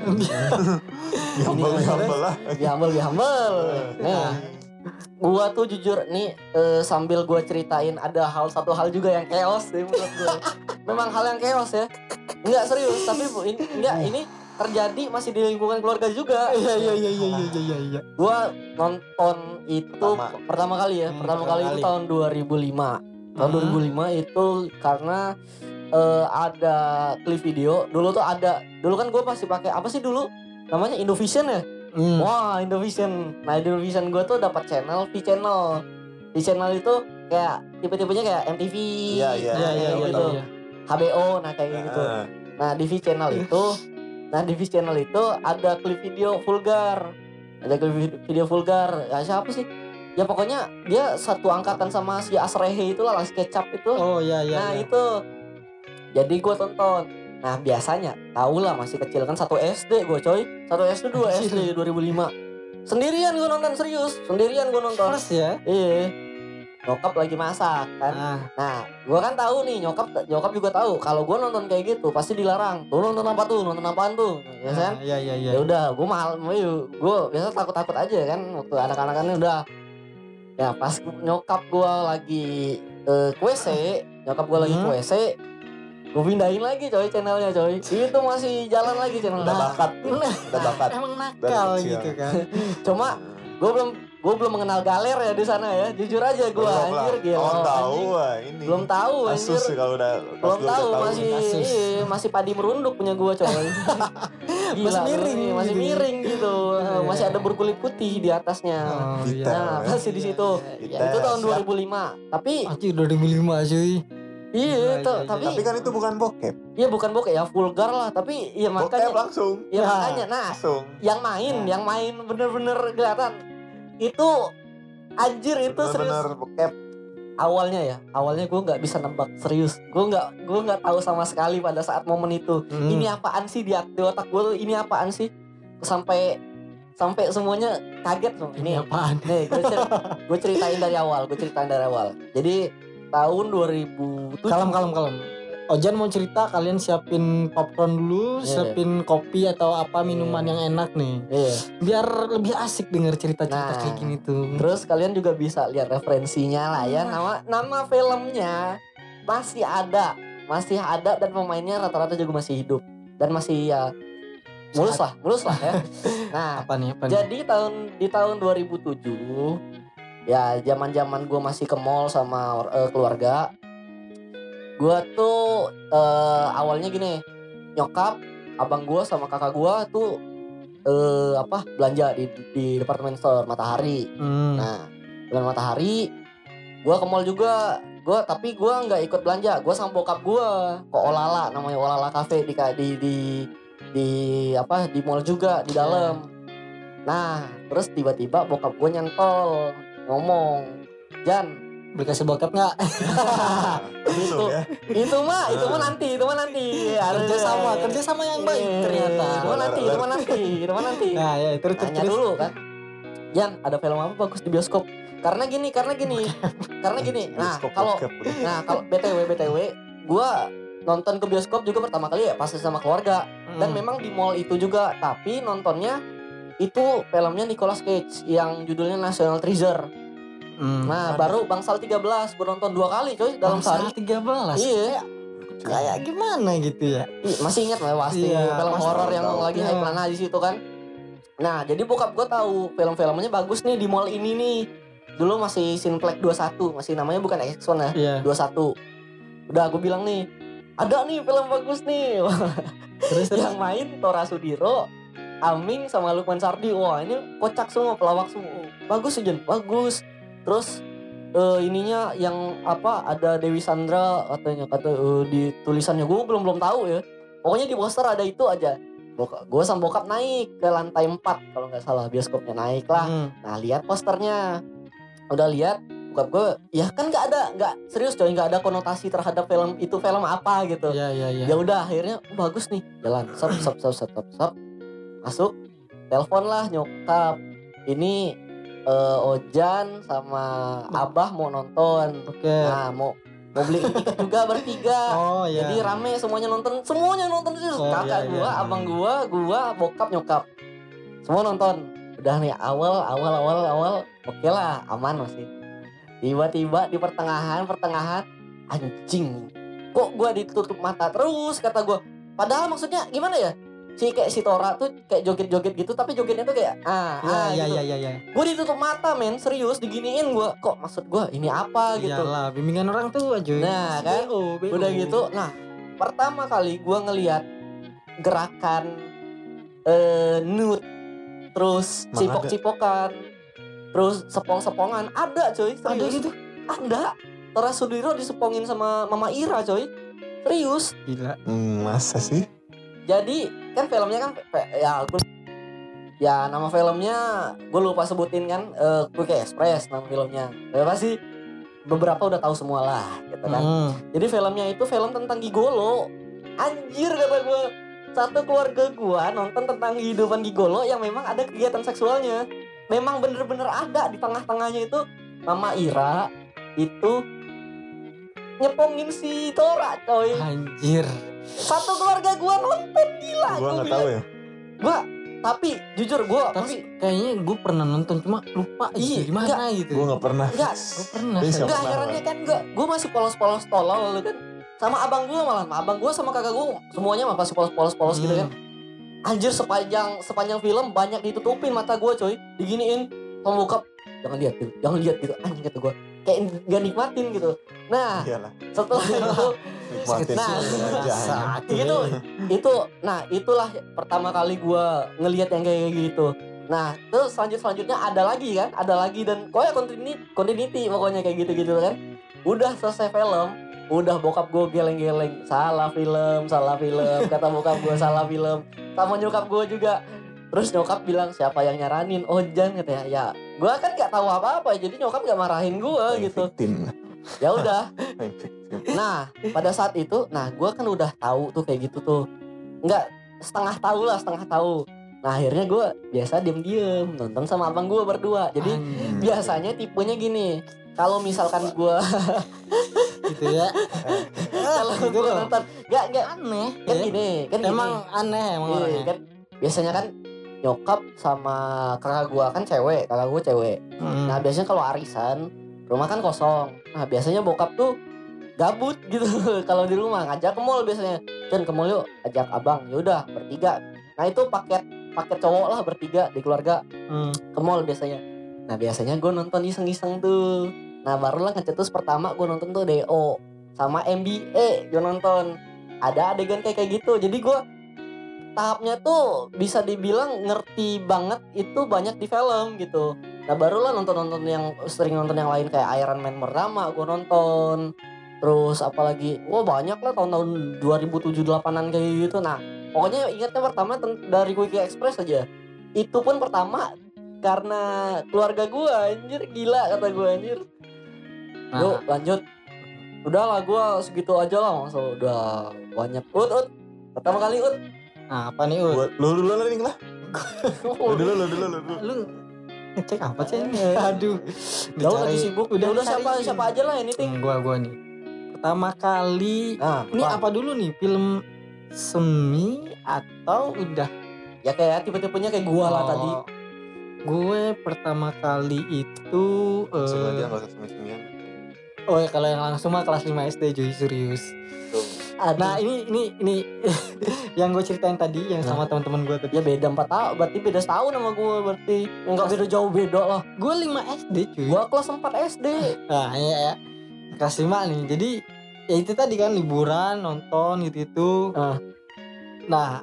Humble, Ini- humble lah. Be humble, be humble. Nih. Gua tuh jujur nih eh, sambil gua ceritain ada hal satu hal juga yang chaos deh menurut gua. Memang hal yang chaos ya. Enggak serius, tapi bu, ini, enggak ini terjadi masih di lingkungan keluarga juga. Iya iya iya iya iya iya iya. Gua nonton itu Pertama. pertama, kali ya. Hmm, pertama, pertama kali kali. itu tahun dua ribu lima. Tahun Hmm. dua ribu lima itu karena eh, ada klip video. Dulu tuh ada. Dulu kan gue masih pakai apa sih dulu? Namanya Indovision ya? Hmm. Wah, Indovision. Nah, Indovision gue tuh dapat channel V channel. V channel itu kayak tipe-tipenya kayak M T V. Iya, iya. Nah, Iya kayak iya iya gitu. iya. H B O, nah kayak gitu. Heeh. Nah, di V channel itu, nah di V channel itu ada klip video vulgar. Ada klip vid- video vulgar. Ya siapa sih? Ya pokoknya dia satu angkatan sama si Asrehe itulah, Las Kecap itu. Oh iya iya. Nah iya. itu jadi gue tonton. Nah biasanya tau lah masih kecil kan satu S D gue coy. Satu S D dua S D dua ribu lima. Sendirian gue nonton serius. Sendirian gue nonton. First ya. Iya. Nyokap lagi masak kan. Nah, Nah gue kan tahu nih nyokap nyokap juga tahu kalau gue nonton kayak gitu pasti dilarang. Tuh nonton apa tuh? Nonton apaan tuh? Ya kan? nah, iya iya iya. Ya udah gue mahal gue biasa takut takut aja kan waktu anak-anakannya udah. Ya pas nyokap gue lagi eh, ke W C, nyokap gue lagi ke Hmm. W C, gue pindahin lagi coy channelnya coy. Itu masih jalan lagi channel. Udah bakat. Nah, Udah bakat. Emang Dari nakal kecil. gitu kan. cuma gue belum gue belum mengenal galer ya di sana ya. Jujur aja gue Belum lah. anjir gila. Oh, tahu anjing. wah ini. Belum tahu Asus anjir. sih kalau udah Belum kalau tahu udah masih Asus. iya, masih padi merunduk punya gue coy. Gila, Masih miring iya, masih gitu. miring gitu. Iya. Masih ada berkulit putih di atasnya. Oh iya. Detail. Nah, ya. masih di situ. Kita Itu tahun siap. dua ribu lima. Tapi Anjir dua ribu lima cuy. iya, Iya, itu iya, iya. tapi Tapi kan itu bukan bokep. iya bukan bokep ya vulgar lah. Tapi ya Bokep makanya langsung. ya Nah. makanya nah Langsung. yang main, Nah. yang main bener-bener kelihatan itu anjir itu serius. Bener-bener bokep. Awalnya ya, awalnya gue nggak bisa nebak serius. Gue nggak, gue nggak tahu sama sekali pada saat momen itu. Hmm. Ini apaan sih di, di otak gue tuh? Ini apaan sih? Sampai sampai semuanya kaget loh. Ini Ini apaan? nih gue cer- gue ceritain dari awal. Gue ceritain dari awal. Jadi tahun dua ribu tujuh. Kalem kalem kalem. Ojan mau cerita, kalian siapin popcorn dulu, Iya. siapin kopi atau apa minuman Iya. yang enak nih. Iya. Biar lebih asik denger cerita-cerita Nah. kayak gini tuh. Terus kalian juga bisa lihat referensinya lah ya. Nama nama filmnya masih ada, masih ada dan pemainnya rata-rata juga masih hidup dan masih ya mulus lah, mulus lah ya. Nah, Apa nih? Apa nih? jadi tahun di tahun dua ribu tujuh ya zaman-zaman gue masih ke mall sama eh, keluarga. Gue tuh eh, awalnya gini, nyokap, abang gue sama kakak gue tuh eh, apa belanja di di department store Matahari. Hmm. Nah, dengan Matahari, gue ke mall juga. Gue tapi gue nggak ikut belanja. Gue sama bokap gue ke Olala, namanya Olala Cafe di di di di apa di mall juga di dalam. Nah, terus tiba-tiba bokap gue nyantol ngomong, Jan, Beli kasih bokep nggak? Langsung ya. itu mah itu mah nanti, itu mah nanti. Kerja sama, kerja sama yang baik ternyata. Itu mah nanti, itu mah nanti, itu mah nanti. Nah ya terus terus. Tanya dulu kan, Jan, ada film apa bagus di bioskop? Karena gini, karena gini, karena gini. Nah, Bioskop kalau bokep. nah kalau btw btw, gue nonton ke bioskop juga pertama kali ya pasti sama keluarga. Dan Hmm. memang di mall itu juga, tapi nontonnya itu filmnya Nicolas Cage yang judulnya National Treasure. Hmm. Nah, baru Bangsal tiga belas gue nonton dua kali coy dalam sehari. tiga belas. Iya, Kayak gimana gitu ya? Ih, masih ingat lah pasti Iya, film pasti horor yang tahu. lagi Iya. hype lana di situ kan. Nah, jadi bokap gue tahu film-filmnya bagus nih di mall ini nih. Dulu masih Cineplex dua puluh satu, masih namanya bukan Exxon ya, Iya. dua puluh satu. Udah gue bilang nih, ada nih film bagus nih. Terus terus. Yang main Tora Sudiro, Aming sama Lukman Sardi. Wah, ini kocak semua, pelawak semua. Bagus sih, Jen, bagus. Terus eh, ininya yang apa ada Dewi Sandra katanya kata eh, di tulisannya gue belum belum tahu ya. Pokoknya di poster ada itu aja. Gue sama bokap naik ke lantai empat kalau nggak salah, bioskopnya naik lah. Hmm. Nah, lihat posternya. Udah lihat, bokap gue ya kan nggak ada nggak serius coy, nggak ada konotasi terhadap film itu film apa gitu. Iya iya iya. Ya udah akhirnya oh, bagus nih, jalan sep sep sep sep sep sep. Masuk, telepon lah nyokap. Ini eh, Ojan sama Abah mau nonton. Oke. Nah, mau mau beli tiket juga bertiga. Oh iya. Jadi rame semuanya nonton, semuanya nonton sih. Oh, Kakak iya, gua, iya. abang gua, gua, bokap, nyokap. Semua nonton. Udah nih awal awal awal awal oke lah, aman masih. Tiba-tiba di pertengahan pertengahan anjing. Kok gua ditutup mata terus kata gua. Padahal maksudnya gimana ya? si kayak si Tora tuh kayak joget-joget gitu, tapi jogetnya tuh kayak ah Iya ah iya gitu. iya iya iya. Gue ditutup mata men, serius diginiin gue. Kok maksud gue ini apa gitu. Iyalah, bimbingan orang tua cuy. Nah, kan? B O, B O. Udah gitu, nah pertama kali gue ngelihat gerakan eh nude, terus Emang cipok-cipokan, terus sepong-sepongan ada coy, serius. Ada gitu. Ada. Tora Sudiro disepongin sama Mama Ira coy. Serius. Gila. Hmm, masa sih? Jadi kan filmnya kan ya gue ya nama filmnya gue lupa sebutin kan, uh, Quick Express nama filmnya. Ya pasti beberapa udah tahu semua lah gitu kan. Hmm. Jadi filmnya itu film tentang gigolo. Anjir kata gue, satu keluarga gue nonton tentang kehidupan gigolo yang memang ada kegiatan seksualnya. Memang bener-bener ada di tengah-tengahnya itu Mama Ira itu nyepongin si Tora coy. Anjir. Satu keluarga gue nonton, gila. Gua nggak tahu ya. Gue tapi jujur gue Tapi kayaknya gue pernah nonton cuma lupa Iya, gitu gimana gitu. Gue nggak pernah. Enggak, Gue pernah. Bisa. enggak pernah, herannya kan enggak, gue masih polos-polos tolol kan. Sama abang gue malah, abang gue sama kakak gue semuanya mah masih polos-polos gitu kan. Anjir sepanjang sepanjang film banyak ditutupin mata gue coy, diginiin sama bokap, jangan lihat gitu, jangan lihat gitu, anjing kata gue, kayak gak nikmatin gitu. Nah Iyalah. setelah itu, Nikmatin Nah, sih aja. sakit. gitu, itu, nah itulah pertama kali gue ngelihat yang kayak gitu. Nah terus selanjut selanjutnya ada lagi kan, ada lagi dan pokoknya continuity, continuity pokoknya kayak gitu-gitu kan. Udah selesai film, udah bokap gue geleng-geleng, salah film, salah film, kata bokap gue salah film, sama nyokap gue juga. Terus nyokap bilang siapa yang nyaranin, Ojan katanya. Ya, gue kan nggak tahu apa-apa, jadi nyokap nggak marahin gue gitu. Victim. Ya udah. Victim. Nah pada saat itu, nah gue kan udah tahu tuh kayak gitu tuh, nggak setengah tahu lah, setengah tahu. Nah akhirnya gue biasa diem-diem nonton sama abang gue berdua. Jadi Anjir. biasanya tipenya gini, kalau misalkan gue Gitu ya. kalau Gitu gue loh. nonton, nggak nggak Aneh. kan ya. gini, kan gini. Emang aneh emang Iya, orangnya. kan biasanya kan nyokap sama kakak gue kan cewek, kakak gue cewek. Hmm. Nah biasanya kalau arisan rumah kan kosong. Nah biasanya bokap tuh gabut gitu kalau di rumah, ngajak ke mall biasanya. Cen ke mall yuk, ajak abang. Ya udah bertiga. Nah itu paket paket cowok lah bertiga di keluarga Hmm. ke mall biasanya. Nah biasanya gue nonton iseng-iseng tuh. Nah barulah ngecetus pertama gue nonton tuh D O sama M B A gue nonton. Ada adegan kayak kayak gitu. Jadi gue tahapnya tuh bisa dibilang ngerti banget itu banyak di film gitu. Nah barulah nonton-nonton yang sering nonton yang lain kayak Iron Man pertama gue nonton. Terus apalagi, wah banyak lah tahun-tahun dua ribu tujuh delapanan kayak gitu. Nah pokoknya ingatnya pertama ten- dari Quickie Express aja. Itu pun pertama karena keluarga gue anjir, gila kata gue anjir. Nah. Yuk lanjut. Udahlah gue segitu aja lah, masa udah banyak. Ut ut pertama kali ut. Nah, apa nih Ut? Buat lu dulu lah nih lah. Lu dulu lu dulu lu dulu. Lu ngecek apa sih ini? Aduh. Udah lagi sibuk. Udah udah siapa dicariin. siapa aja lah anything. Hmm, gua gua nih. Pertama kali Nah, ini apa dulu nih? Film semi atau udah? Ya kayak tipe-tipenya kayak gua lah Oh, tadi. Gue pertama kali itu Langsung eh, aja enggak usah semi-semian. oh ya kalau yang langsung mah kelas lima S D cuy, serius. Tuh. Aduh. Nah, ini ini ini yang gue ceritain tadi yang sama teman-teman gue tadi. Ya beda empat tahun, berarti beda setahun sama gue berarti. Enggak beda jauh beda lah. Gue lima S D cuy. Gua kelas empat S D. Nah, iya ya. Kelas lima nih. Jadi ya itu tadi kan liburan, nonton gitu-gitu. Ah. Nah,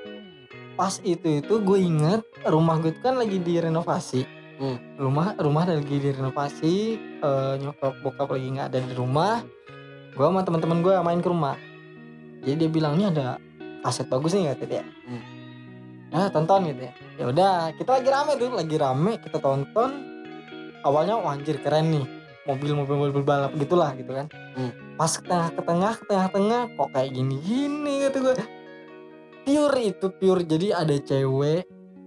pas itu itu gue inget rumah gue itu kan lagi direnovasi. Hmm. Rumah rumah lagi direnovasi, eh, nyokap bokap lagi nggak ada di rumah. Gue sama teman-teman gue main ke rumah. Jadi dia bilang ini ada kaset bagus nih kata dia. Hmm. Nah tonton gitu ya. Ya udah kita lagi rame tuh, lagi rame kita tonton. Awalnya wah anjir keren nih, mobil-mobil mobil balap gitulah gitu kan. Hmm. Pas ke tengah ke tengah ke tengah-tengah kok kayak gini-gini gitu gue. Pure itu pure, jadi ada cewek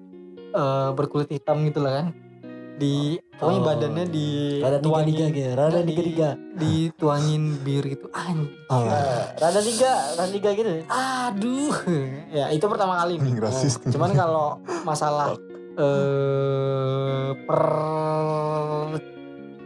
eh, berkulit hitam gitu lah kan. Di pokoknya Oh. badannya di Rada tiga tiga gitu. Rada di- tiga tiga. dituangin bir gitu anjir. Rada tiga, rada tiga gitu. Aduh. Ya itu pertama kali nih. Ini rasis. Cuman kalau masalah eh per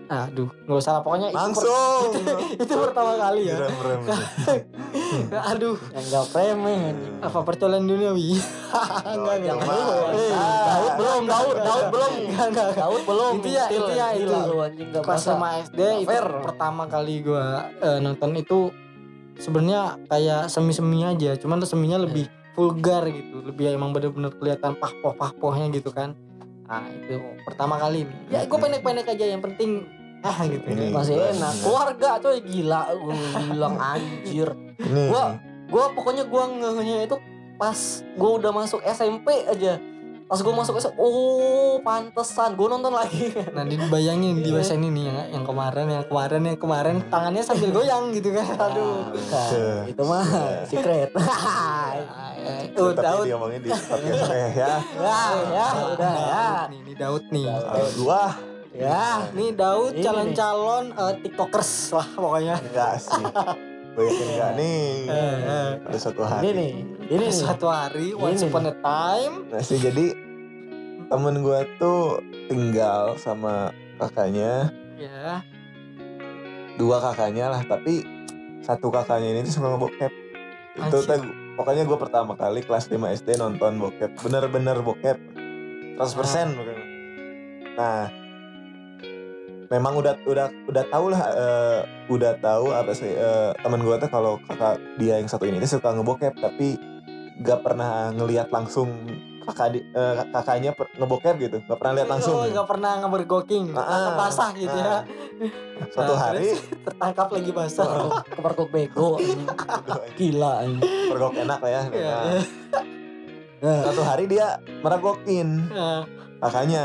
Aduh, nggak usah lah pokoknya itu per- Langsung. itu pertama kali ya. Rem-rem. Aduh, Yang enggak premeh. apa percolokan duniawi? Enggak, enggak. Jangan dulu, dulu. eh. Daud belum, Daud, Daud belum. Enggak, enggak. Daud belum. Intinya, Still, intinya gila itu. lu anjing enggak Kelas bahasa. lima S D Nggak itu fair. pertama kali gua eh, nonton itu sebenarnya kayak semi-semi aja, cuman tuh seminya lebih vulgar gitu, lebih emang bener-bener kelihatan pahpoh-pahpohnya gitu kan. Nah itu pertama kali nih. Ya gue pendek-pendek aja, yang penting ah gitu. Ini Masih gua- enak. Keluarga coy gila gue bilang anjir. Ini. Gua gua pokoknya gua ngehnya itu pas gua udah masuk S M P aja. Pas gua masuk S M P, oh pantesan gua nonton lagi. Nah dibayangin di W S N ini yang, yang kemarin, yang kemarin, yang kemarin tangannya sambil goyang gitu kan. Aduh. Bukan, itu mah secret. Tuh Tapi Daud. diomongin di podcast ya. Ya. Ya, ya, udah ya. Daud nih, ini Daud nih. Uh, gua Ya, Nih Daud Ini calon-calon eh, TikTokers lah pokoknya. enggak sih. Gue yakin enggak nih. Eh, eh. Ada suatu ini hari. nih. Ini nih. Suatu hari, once Ini upon a time. Nah sih jadi temen gue tuh tinggal sama kakaknya, Ya. dua kakaknya lah, tapi satu kakaknya ini tuh suka ngebokep. Itu Anjir. tuh pokoknya gue pertama kali kelas lima S D nonton bokep, bener-bener bokep, seratus persen pokoknya. Nah, memang udah udah udah tahu lah, uh, udah tahu apa sih uh, temen gue tuh kalau kakak dia yang satu ini tuh suka ngebokep, tapi gak pernah ngelihat langsung kakak di, uh, kakaknya per, ngebokep gitu, gak pernah lihat langsung. Oh, gitu. gak pernah ngebergoking, Ah, tangkap basah gitu ya. ah. Suatu Nah, hari Tertangkap lagi basah. Kepergok- kepergok bego anjing. Gila anjing. pergok enak lah ya. Iya, Nah, iya. suatu hari dia mergokin Nah, kakaknya.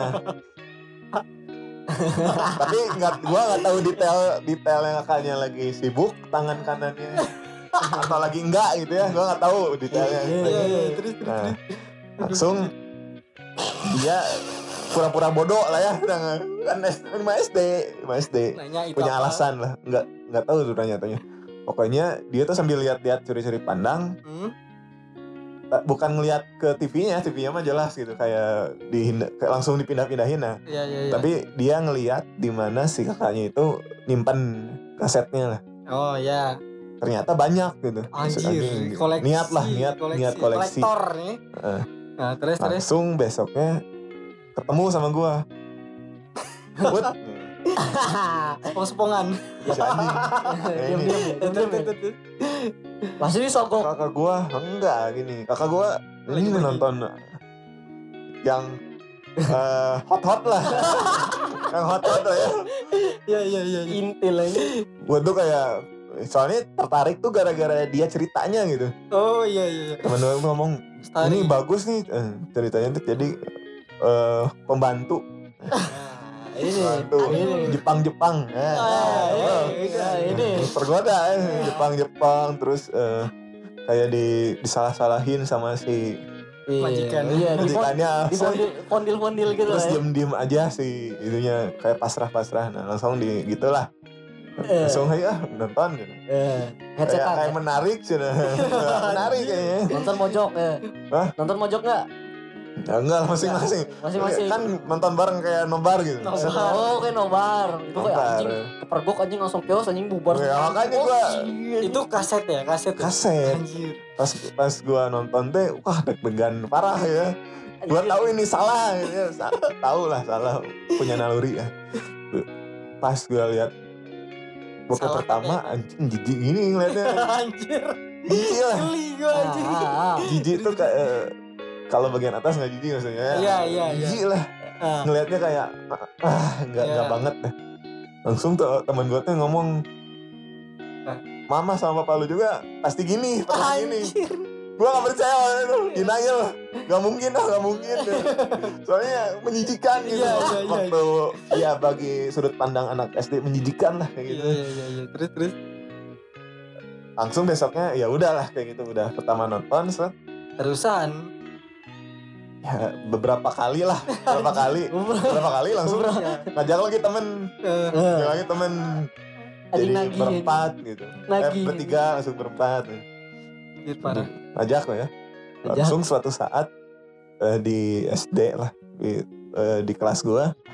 Tapi nggak, gua nggak tahu detail detailnya kakaknya lagi sibuk tangan kanannya atau lagi enggak gitu ya, gua nggak tahu detailnya. Iya, iya, iya, terus terus. Nah, terus. langsung dia pura-pura bodoh lah ya, kan lima S D, lima S D Nanya itu punya apa? alasan lah, nggak nggak tahu tuh tanya-tanya. Pokoknya dia tuh sambil lihat-lihat curi-curi pandang, Hmm? bukan ngelihat ke T V-nya, T V-nya mah jelas gitu, kayak dihinda, kayak langsung dipindah-pindahin nah. Iya, iya, iya. Tapi dia ngelihat di mana si kakaknya itu nyimpen kasetnya lah. Oh ya, Ternyata banyak gitu. anjir, koleksi. Niat lah, niat niat koleksi. Kolektor nih. Heeh. Nah, terus terus. Langsung besoknya ketemu sama gua. Wut. Sepong-sepongan. Si anjing. Ya ini, Diam-diam ya, Terus, diam-diam ya. terus, terus. Pasti disogok. kakak gua enggak gini. Kakak gua Lagi ini pergi. nonton yang eh, hot-hot lah. Yang hot-hot lah ya. Iya, iya, iya. iya. Intil aja. Gua tuh kayak soalnya tertarik tuh gara-gara dia ceritanya gitu. Oh iya, iya, iya. Temen gue ngomong Story. ini bagus nih, eh, ceritanya tuh jadi eh, pembantu Nah, Ini. pembantu Ini. Jepang-Jepang eh, Ah, eh, iya, eh, iya, ini. tergoda eh, Jepang-Jepang terus eh, kayak di disalah-salahin sama si Majikan. Iya, di majikannya di fondil fondil fondil gitu terus lah. ya. diem-diem aja si itunya kayak pasrah-pasrah, nah langsung di gitulah Eh. langsung ya nonton gitu. Eh, Kayak, headsetan. kayak menarik sih, nah. Menarik kayaknya. Nonton mojok ya. Hah? Nonton mojok enggak? Ya enggak, masing-masing. Masing-masing. Kan nonton bareng kayak nobar gitu. Nobar. Oh, kayak nobar. Itu kayak Nobar. anjing kepergok anjing langsung kios anjing bubar. Ya, semua. makanya Oh, gua- iya. Itu kaset ya, kaset. ya? Kaset. Anjir. Pas pas gua nonton teh, wah deg-degan parah ya. Gua tahu ini salah gitu ya. Sa- tahu lah salah, punya naluri ya. Pas gua lihat bokep Salah pertama, pakai. anjing jijik gini ngeliatnya. Anjir. Jijik lah. Geli gua anjir. Ah, ah, ah. Jijik tuh kayak eh, kalau bagian atas nggak jijik maksudnya. Iya, iya, iya. Jijik lah. Ah. Ngelihatnya kayak ah nggak Iya. nggak banget deh. Langsung tuh teman gue tuh ngomong, Ah. mama sama papa lu juga pasti gini, pernah gini. Anjir. Gue gak percaya waktu itu, denial. Gak mungkin lah, gak mungkin. Soalnya menjijikan gitu. Iya, iya, iya. Waktu ya bagi sudut pandang anak S D menjijikan lah kayak gitu. Iya, iya, iya, iya. Terus terus. Langsung besoknya ya udahlah kayak gitu, udah pertama nonton set. Terusan. Ya, beberapa kali lah, beberapa kali, beberapa kali langsung Iya. ngajak lagi temen, Eh, ngajak lagi temen. Jadi Anjing nagih, berempat gitu. Nagih. Eh, bertiga langsung berempat. anjir, parah. Ngajak lah ya. Ngajak. Langsung suatu saat eh, di S D lah, di, eh, di kelas gua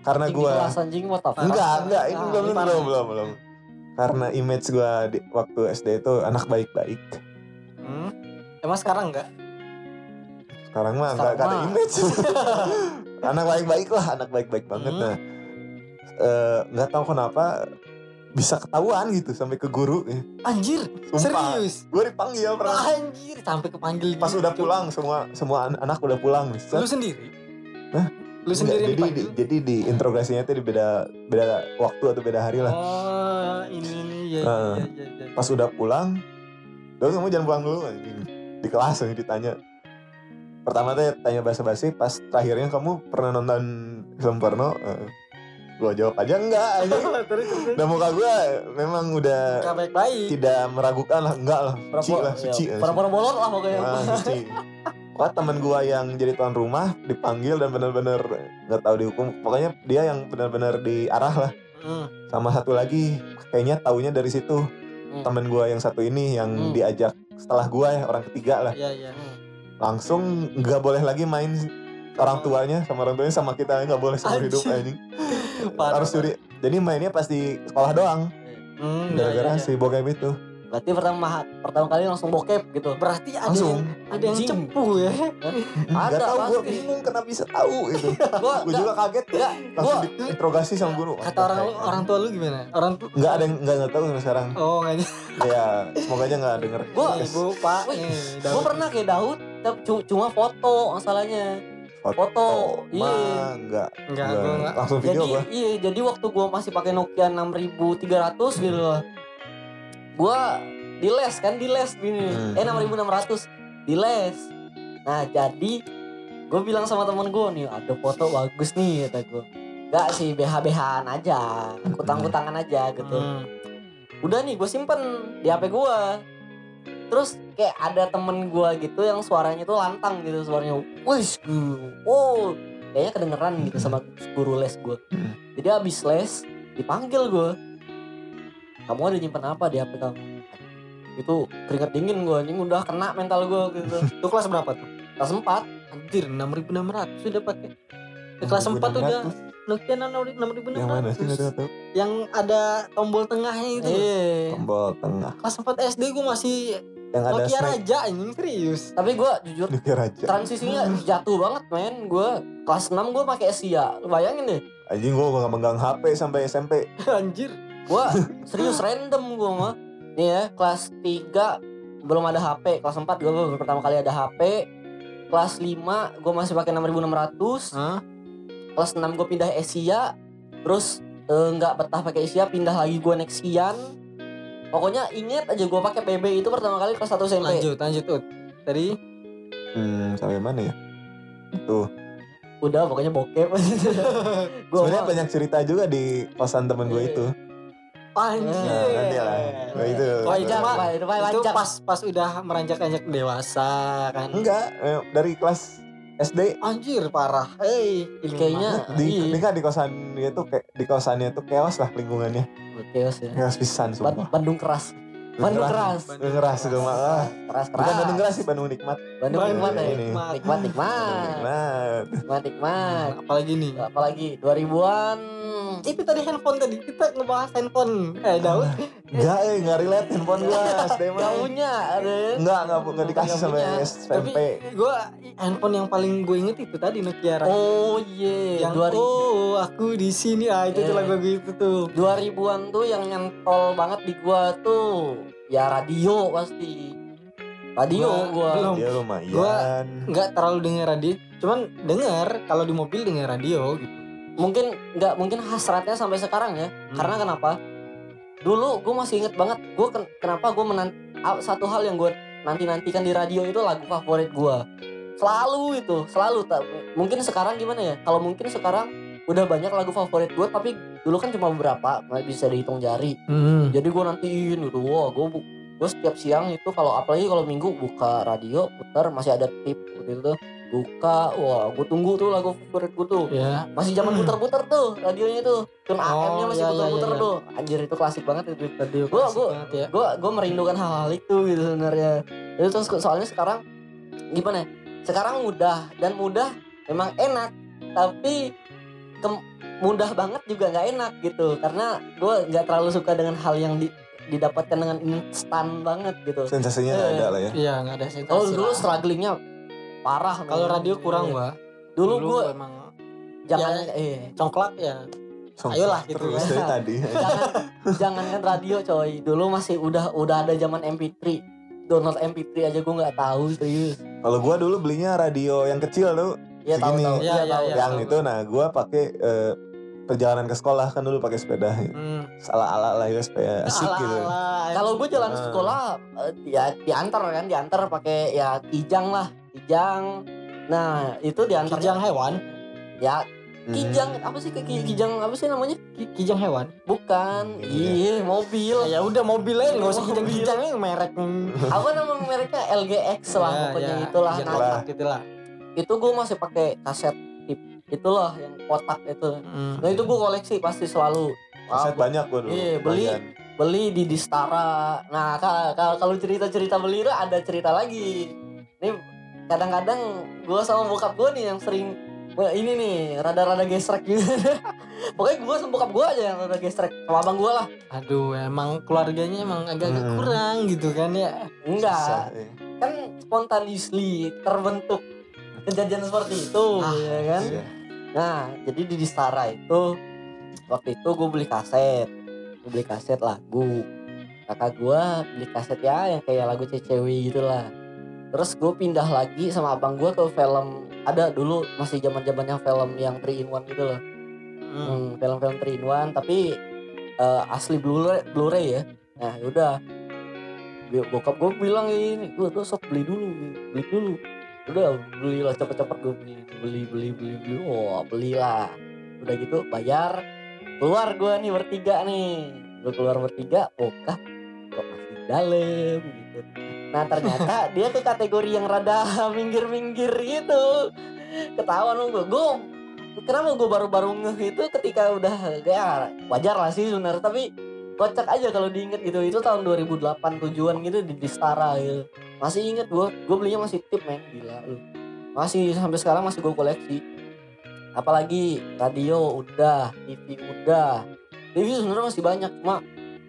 karena Anjing gue di kelas anjing what the fuck. enggak enggak ini Ah, belum ini parah. belum belum belum karena image gue di waktu S D itu anak baik-baik. Hmm. Emang sekarang enggak? Sekarang mah enggak Sekarang ada mah. image. Anak baik-baik lah, anak baik-baik banget. Hmm. Nah, eh, nggak tahu kenapa bisa ketahuan gitu sampai ke guru. Anjir, Sumpah. serius? Gue dipanggil pernah. Anjir, sampai kepanggil Pas gitu. udah pulang semua semua an- anak udah pulang. Set. Lu sendiri? Hah? Lu Enggak, sendiri yang jadi di, dipanggil? jadi di interogasinya itu di beda beda waktu atau beda hari lah. Oh, ini nih ya, Nah, ya, ya, ya, ya. Pas udah pulang, terus kamu jangan pulang dulu anjing. Di kelas nih ditanya. Pertama tuh tanya basa-basi, pas terakhirnya kamu pernah nonton film porno? Uh, gue jawab aja enggak anjing. Terus, terus. Dan muka gue memang udah Enggak baik-baik. tidak meragukan lah, enggak lah, suci lah, suci. Iya, pura-pura bolot lah pokoknya. Nah, suci. Wah, teman gue yang jadi tuan rumah dipanggil dan benar-benar nggak tahu dihukum. Pokoknya dia yang benar-benar diarah lah. Hmm. Sama satu lagi, kayaknya taunya dari situ. Hmm. Temen gue yang satu ini yang Hmm. diajak setelah gue ya, orang ketiga lah. Iya, iya. Langsung nggak boleh lagi main orang tuanya sama orang tuanya sama kita, nggak boleh seumur hidup anjing. Parah, Harus curi. Jadi mainnya pas di sekolah doang. Hmm, iya, Gara-gara iya, iya. si bokep itu. Berarti pertama pertama kali langsung bokep gitu. Berarti ada Langsung. yang, ada yang Anjing. cepu ya. Nggak Ada, tahu, gue pasti. bingung kenapa bisa tahu itu. Gua Gue juga kaget. enggak Langsung gua diinterogasi sama guru. Kata orang lu, orang tua lu gimana? Orang tua Nggak ada yang nggak nggak tahu sampai sekarang. Oh, enggak. Ya semoga aja nggak denger. Gua- Yes. Ibu, Pak. Wih, nih, gua Daud. pernah kayak Daud tapi cu- cuma foto masalahnya. Foto. Iya. mah nggak Enggak, nggak. gua enggak. Langsung video Jadi gua. iya, jadi waktu gua masih pakai Nokia enam ribu tiga ratus gitu loh. Gua di les kan, di les gini. Hmm. Eh enam ribu enam ratus di les. Nah, jadi gue bilang sama temen gue nih, ada foto bagus nih kata gue. Gak sih, B H B H-an aja, kutang-kutangan aja gitu. Hmm. Udah nih gue simpen di H P gue. Terus kayak ada temen gue gitu yang suaranya tuh lantang gitu, suaranya wih, wow, kayaknya kedengeran gitu sama guru les gue. Hmm. Jadi abis les dipanggil gue, kamu ada nyimpen apa di H P kamu? Itu keringet dingin gue, anjing udah kena mental gue gitu. Itu kelas berapa tuh? Kelas empat. Anjir, enam ribu enam ratus sudah pakai. Di kelas empat udah Nokia enam ribu enam Yang mana sih nggak ratus. tahu. Yang ada tombol tengahnya itu. Iya. Tombol tengah. Kelas empat S D gue masih Yang ada Nokia snack. Raja anjing, serius. Tapi gue jujur Nokia Raja. transisinya jatuh banget men. Gue kelas enam gue pakai Asia. Lu bayangin deh. Anjing gue gak megang H P sampai S M P. Anjir. Gue serius random gue mah. Nih ya, kelas tiga belum ada H P. Kelas empat gue baru pertama kali ada H P. Kelas lima gue masih pakai enam ribu enam ratus. Hah? Kelas enam gue pindah Asia. Terus eh, nggak betah pakai Asia, pindah lagi gue Nexian. Pokoknya inget aja gue pakai P B itu pertama kali kelas satu S M P. Lanjut, lanjut Ut. Tadi Hmm, sampai mana ya? Tuh. Udah pokoknya bokep. Gua Sebenarnya mah- banyak cerita juga di kosan temen gue Iya. itu. anjir. Nah, nanti lah. Nah, itu. Panjang, Cuma Pak. Itu paling itu panjang. pas pas udah meranjak-anjak dewasa kan. Enggak, eh, dari kelas S D. Anjir parah. Hei, ini Kayaknya- mana? Di, Iya. ini kan di kosan dia tuh kayak di kosannya tuh chaos lah lingkungannya. Chaos ya. Chaos pisan Ban- sumpah. Bandung keras. Bandung keras. Bandung keras itu mah. Ah. Keras keras. Bukan Bandung keras sih, Bandung nikmat. Bandung Bandung nikmat ya. ini. Nikmat nikmat. Nikmat. Nikmat nikmat. Apalagi nih? Apalagi dua ribuan. Itu tadi handphone tadi kita ngebahas handphone. Eh Daud. Enggak, eh, enggak relate handphone gua S D mah. Gak punya ada. Enggak, enggak, enggak dikasih Nggak sampai punya. S M Tapi P. gue handphone yang paling gue inget itu tadi Nokia Raja. Oh iya. yang dua ribu oh aku di sini ah itu Eh. tuh lagu gitu tuh. dua ribuan tuh yang nyentol banget di gua tuh. Ya radio pasti. Radio Gua- gua. belum. Dia lumayan. Nggak terlalu denger radio, cuman denger kalau di mobil denger radio gitu. Mungkin nggak mungkin hasratnya sampai sekarang ya. Hmm. Karena kenapa? Dulu gue masih inget banget. Gue ken- kenapa gue menan ah, satu hal yang gue nanti nantikan di radio itu lagu favorit gue. Selalu itu, selalu. Tak, mungkin sekarang gimana ya? Kalau mungkin sekarang udah banyak lagu favorit gue, tapi dulu kan cuma beberapa, bisa dihitung jari. Hmm. Jadi gue nantiin gitu. Wah, gue gue setiap siang itu kalau apalagi kalau minggu buka radio putar masih ada tip gitu tuh. Buka, wah gue tunggu tuh lagu favorit gue tuh. Ya. Masih zaman puter-puter tuh radionya tuh. Tun A M-nya Oh, masih iya, iya, puter-puter iya. tuh. Anjir itu klasik banget itu. Radio Gua- klasik gua- banget ya. Gue gue merindukan hal-hal itu gitu sebenarnya. Itu terus soalnya sekarang gimana ya? Sekarang mudah dan mudah memang enak, tapi ke- mudah banget juga nggak enak gitu, karena gue nggak terlalu suka dengan hal yang di, didapatkan dengan instan banget gitu. Sensasinya nggak Eh, ada lah ya. Iya nggak ada sensasi. Kalau dulu lah. strugglingnya parah. Kalau men. radio kurang gua. Dulu gue emang jangan ya, eh congklak ya. Songkak Ayolah gitu terus kan. dari tadi. jangan jangan kan radio coy. Dulu masih udah udah ada zaman M P tiga. Download M P tiga aja gue nggak tahu serius. Kalau gua dulu belinya radio yang kecil tuh. Ya tahu Segini. tahu. Iya, Iya iya, tahu. iya. Yang itu nah gua pakai eh, perjalanan ke sekolah kan dulu pakai sepeda. Hmm. Ala-ala lah ya supaya asik Ala-ala, gitu. Kalau gue jalan Ah. sekolah eh, ya diantar kan, diantar pakai ya kijang lah, kijang. Nah itu diantar Kijang hewan, ya Hmm. kijang apa sih ki- kijang apa sih namanya? Ki- kijang hewan. Bukan, Iya. iya mobil. Ya udah mobil aja nggak usah Mobil. kijang-kijang yang merek. Apa nama mereknya L G X lah Ya, pokoknya ya, itulah. kijang Nah, kotak gitulah. itu gue masih pakai kaset tip itulah yang kotak itu. Hmm. Nah itu gue koleksi pasti selalu. Kaset Wah, banyak gua dulu. Iya, beli. lumayan. beli di Distara. Nah ka- ka- kalau cerita-cerita beli itu ada cerita lagi. Ini kadang-kadang gue sama bokap gue nih yang sering wah, ini nih rada-rada gesrek gitu. Pokoknya gue sama bokap gue aja yang rada gesrek sama abang gue lah. Aduh, emang keluarganya emang agak-agak Hmm. kurang gitu kan ya. Susah, Enggak, ya. kan spontaneously terbentuk kejadian seperti itu, Ah, ya kan? Iya. Nah, jadi di Distara itu waktu itu gue beli kaset, gue beli kaset lagu. Kakak gue beli kaset ya yang kayak lagu Cecewi gitulah. Terus gue pindah lagi sama abang gue ke film, ada dulu masih zaman zamannya film yang three in one gitu loh. Hmm. Hmm, film-film three in one tapi eh, asli Blu-ray, Blu-ray ya. Nah yaudah, Bi- bokap gue bilang ini, gue tuh sok beli dulu, beli dulu. Udah belilah cepet-cepet gue beli, beli beli beli beli, wah belilah. Udah gitu bayar, keluar gue nih bertiga nih, gue keluar bertiga, bokap kok masih di dalam gitu. Nah ternyata dia ke kategori yang rada minggir-minggir gitu. Ketahuan gue, gue kenapa gue baru-baru ngeh itu ketika udah ya wajar lah sih sebenarnya, tapi kocak aja kalau diinget gitu. Itu tahun dua ribu delapan tujuan gitu di Distara gitu. Masih inget gue, gue belinya masih tip men, gila lu. Masih sampai sekarang masih gue koleksi. Apalagi radio udah, T V udah. T V sebenarnya masih banyak, cuma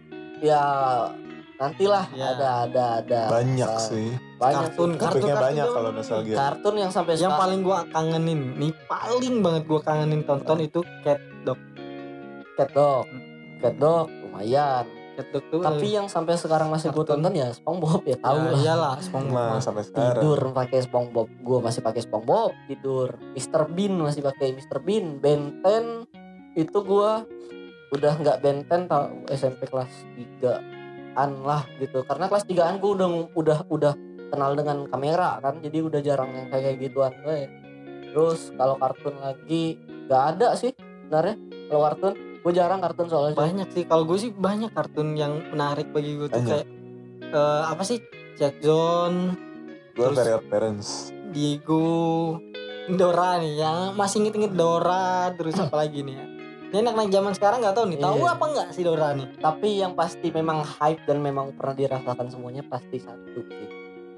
ya nantilah Ya. ada ada ada Banyak uh, sih. banyak Kartun, sih. kartun, Topiknya kartun banyak zaman kalau dulu. nostalgia. Kartun yang sampai Yang sekarang paling gua kangenin, nih paling banget gua kangenin tonton itu Cat Dog. Cat Dog, Cat Dog lumayan. Cat Dog tuh. Tapi yang sampai sekarang masih gue Kartun. tonton ya SpongeBob ya, tahu ya, lah. iyalah SpongeBob. Nah, mah. sampai sekarang. Tidur pakai SpongeBob, gue masih pakai SpongeBob tidur. mister Bean masih pakai mister Bean. Ben ten itu gue udah nggak Ben ten tau S M P kelas tigaan lah gitu, karena kelas tigaan gue udah udah udah kenal dengan kamera kan, jadi udah jarang yang kayak gituan gue. Terus kalau kartun lagi nggak ada sih sebenarnya. Kalau kartun gue jarang kartun soalnya. Banyak sih, kalau gue sih banyak kartun yang menarik bagi gue tuh Banyak. kayak eh, apa sih, Jack John, Gue Terus- Very Odd Parents. Diego, Dora nih, yang masih inget-inget Dora, terus apa lagi nih ya? Ini anak-anak zaman sekarang nggak tahu nih, tahu Iya. apa nggak sih Dora nih? Tapi yang pasti memang hype dan memang pernah dirasakan semuanya pasti satu sih,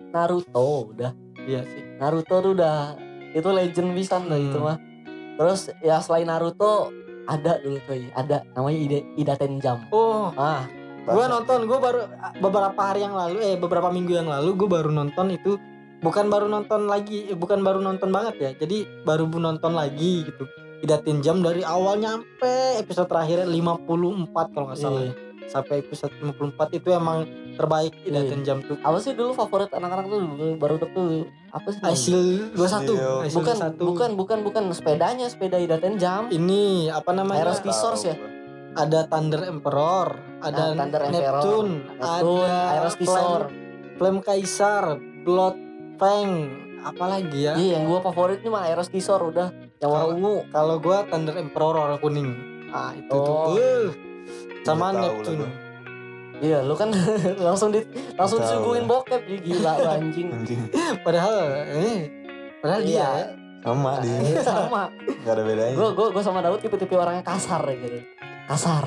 Naruto. Udah Iya sih. Naruto tuh udah itu legend pisan lah Hmm. itu mah. Terus ya selain Naruto ada dulu coy, ada namanya Ida, Idaten Jam. Oh, Ah, gue nonton, gue baru beberapa hari yang lalu, eh beberapa minggu yang lalu gue baru nonton itu, bukan baru nonton lagi, eh, bukan baru nonton banget ya, jadi baru nonton lagi gitu. Idaten Jam dari awal nyampe episode terakhir lima puluh empat kalau nggak salah. iya. Sampai episode lima puluh empat itu emang terbaik Idaten Jam tuh. Apa sih dulu favorit anak-anak tuh dulu, baru tuh apa sih? namanya? Aisil dua puluh satu. Iya. Aisil bukan dua puluh satu. bukan bukan bukan sepedanya, sepeda Idaten Jam. Ini apa namanya? Aeros Kisos ya? Ada Thunder Emperor, ada Nah, Thunder Emperor, Neptune, Neptune, ada Aeros Kisor. Flame, Flame Kaisar, Blood Fang, apa lagi ya? Iya, yang gua favorit nih mah Aeros Kisor udah, yang warna Kalau- ungu. Kalau gua Thunder Emperor warna kuning. Ah, itu tuh. Oh. Uh, sama Udah tahu lah Neptune. gua. Iya, lu kan langsung di langsung Tahu disuguhin lah. bokep, jadi gila lu anjing. Anjing. Padahal eh padahal dia Iya. ya. Sama dia. Iya, sama. Gak ada bedanya. Gue gue gue sama Daud tipe-tipe orangnya kasar gitu. Kasar.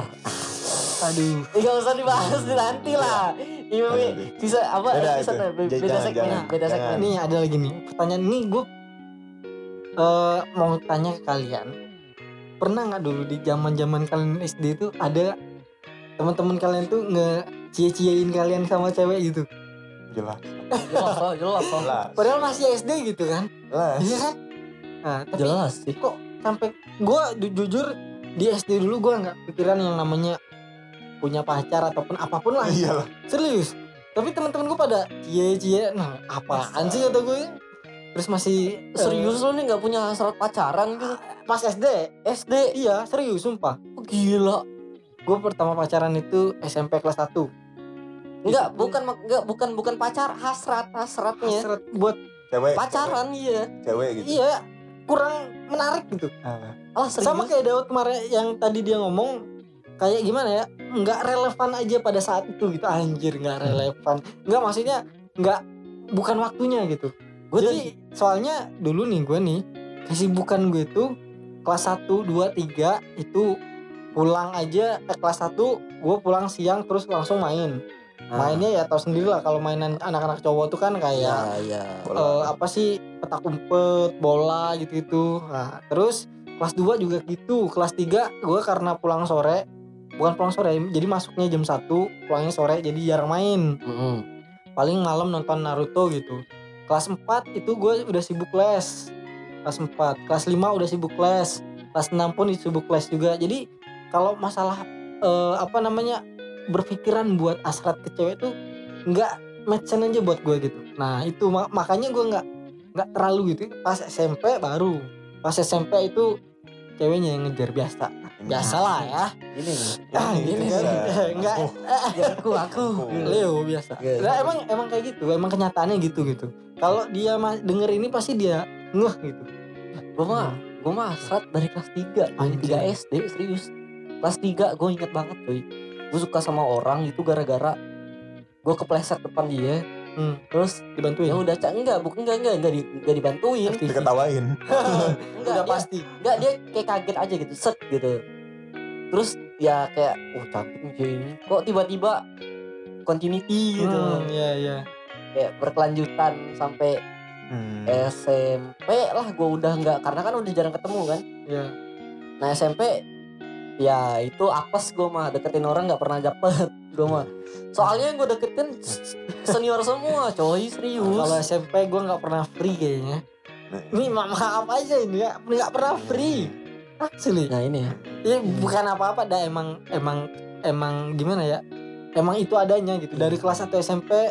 Aduh. Enggak usah dibahas di nanti lah. Ini Nanti. bisa apa? Beda episode itu. be- J- beda jangan, segmen, jangan, beda jangan. segmen. Nih ada lagi nih pertanyaan, nih gue eh mau tanya ke kalian, pernah nggak dulu di zaman-zaman kalian S D itu ada teman-teman kalian tuh nge-cie-ciein kalian sama cewek gitu? Jelas. Jelas lah, jelas lah. Jelas. Padahal masih S D gitu kan? Jelas. Iya kan? Nah, tapi Jelas sih. kok sampai gue jujur di S D dulu gue nggak pikiran yang namanya punya pacar ataupun apapun lah. Iyalah. Serius. Tapi teman-teman gue pada cie-cie, nah apaan sih kata gue? Terus masih Serius lo nih nggak punya hasrat pacaran gitu? pas S D, S D? iya serius sumpah. Oh, gila. Gue pertama pacaran itu S M P kelas satu. Enggak, bukan enggak bukan bukan pacar, hasrat, hasratnya. Hasrat buat Cewek. Pacaran iya. Cewek gitu. iya kurang menarik gitu. Alah. Alah serius. Sama kayak Daud kemarin yang tadi dia ngomong kayak gimana ya? Nggak relevan aja pada saat itu gitu. Anjir nggak relevan. Nggak maksudnya nggak bukan waktunya gitu. Gua Jadi soalnya dulu nih gue nih kesibukan gue tuh kelas satu, dua, tiga itu pulang aja eh, kelas satu gue pulang siang terus langsung main. Mainnya ya tau sendiri lah kalau mainan anak-anak cowok tuh kan kayak ya ya. eh, apa sih petak umpet, bola gitu-gitu. Nah, terus kelas dua juga gitu. Kelas tiga gue karena pulang sore, bukan pulang sore, jadi masuknya jam satu, pulangnya sore jadi jarang main. Mm-hmm. Paling malam nonton Naruto gitu. Kelas empat itu gue udah sibuk les. Kelas empat, kelas lima udah sibuk les. Kelas enam pun sibuk les juga. Jadi kalau masalah eh, apa namanya berpikiran buat hasrat ke cewek tuh nggak match-an aja buat gue gitu. Nah itu mak- makanya gue nggak nggak terlalu gitu. Pas S M P baru. Pas S M P itu ceweknya yang ngejar biasa. Biasa lah ya. Ini nih. Ah, Ini gini bisa. kan. Enggak. Ya, aku aku. Leo biasa. Iya. Nah, emang emang kayak gitu. Emang kenyataannya gitu gitu. Kalau dia mah denger ini pasti dia ngeh gitu. Gue mah gue mah hasrat dari kelas tiga, dari Anjir. tiga S D serius. Kelas tiga gue inget banget cuy. Gue suka sama orang itu gara-gara gue kepleset depan dia. Hmm. Terus Dibantuin. ya udah cak enggak bukan enggak enggak enggak, di, enggak dibantuin. Diketawain. Enggak Udah dia, pasti. enggak dia kayak kaget aja gitu, set gitu. Terus ya kayak oh cantik nih cewek ini. Kok tiba-tiba continuity gitu. Hmm, iya iya. Kayak berkelanjutan sampai Hmm. S M P lah gue udah enggak karena kan udah jarang ketemu kan. Iya. Nah S M P ya itu apes gue mah deketin orang nggak pernah dapet gue mah. Soalnya yang gue deketin senior semua coy serius. Kalau S M P gue nggak pernah free kayaknya. Ini ma- maaf aja ini ya, nggak pernah free. Asli. Nah ini Ya bukan apa-apa dah emang emang emang gimana ya? Emang itu adanya gitu. Dari kelas satu S M P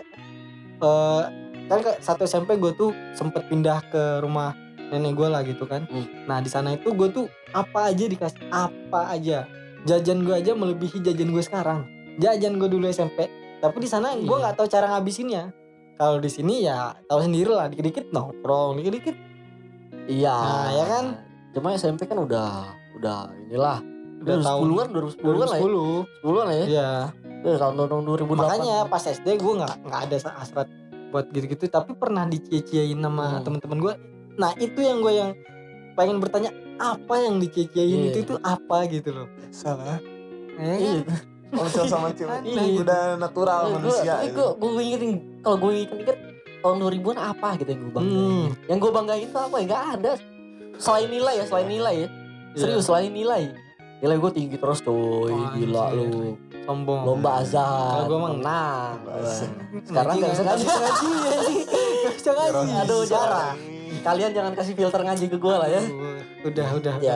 eh kan ke satu S M P gue tuh sempet pindah ke rumah nenek gue lah gitu kan. Hmm. Nah di sana itu gue tuh apa aja dikasih apa aja. Jajan gue aja melebihi jajan gue sekarang. Jajan gue dulu S M P. Tapi di sana gue Iya. nggak tahu cara ngabisinnya. Kalau di sini ya tahu sendiri lah, dikit-dikit nongkrong, dikit-dikit. iya. Nah, ya kan? Cuma S M P kan udah udah inilah. Udah Udah tahun sepuluhan, dua ribu sepuluhan lah ya. dua ribu sepuluh. sepuluhan lah ya. Iya. Udah tahun tahun dua ribu delapan. Makanya pas S D gue nggak nggak ada hasrat buat gitu-gitu, tapi pernah dicie-ciein sama Hmm. teman-teman gue. Nah itu yang gue yang pengen bertanya, apa yang dicie-ciein Iya. itu itu apa gitu loh. Salah. Eh, Iya. Kalau sama cewek Iya. udah natural Gue manusia. tapi gitu. gue gue ingetin kalau gue inget-inget tahun dua ribuan apa gitu yang gue banggain. Hmm. Yang gue banggain tuh apa ya? Nggak ada. Selain nilai ya, selain nilai ya. Serius selain nilai. Nilai gue tinggi terus coy, Oh, gila anjir. lu. Sombong. Lomba azan. Kalau gua mah menang. Lomba azan. Sekarang nggak bisa ngaji. ngaji. Nggak bisa ngaji. Aduh, jarang. Kalian jangan kasih filter ngaji ke gue lah ya. Udah udah. Ya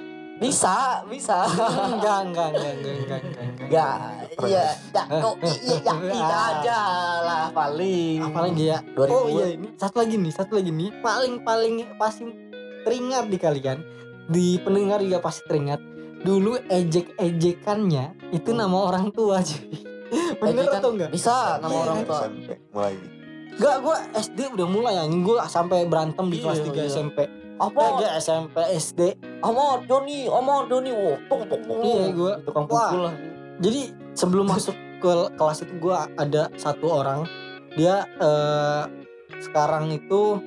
bisa, bisa. Enggak enggak enggak enggak enggak enggak. Enggak, iya, ya, kok iya, ya, kita aja lah paling. Apalagi ya? dua ribu. Oh iya ini satu lagi nih, satu lagi nih paling paling pasti teringat di kalian, di pendengar juga pasti teringat. Dulu ejek-ejekannya itu nama orang tua cuy. Bener Ejekan atau enggak? bisa nama Iya, orang kan? tua. S M P mulai. Enggak, gue S D udah mulai anjing, gue sampai berantem di Iya, kelas tiga iya. S M P. Apa? Eh, S M P, S D. Amor Doni, Amor Doni, wow, tung tung tung. Iya, gua. tukang Wah. pukul lah. Jadi sebelum masuk ke kelas itu gue ada satu orang, dia eh, sekarang itu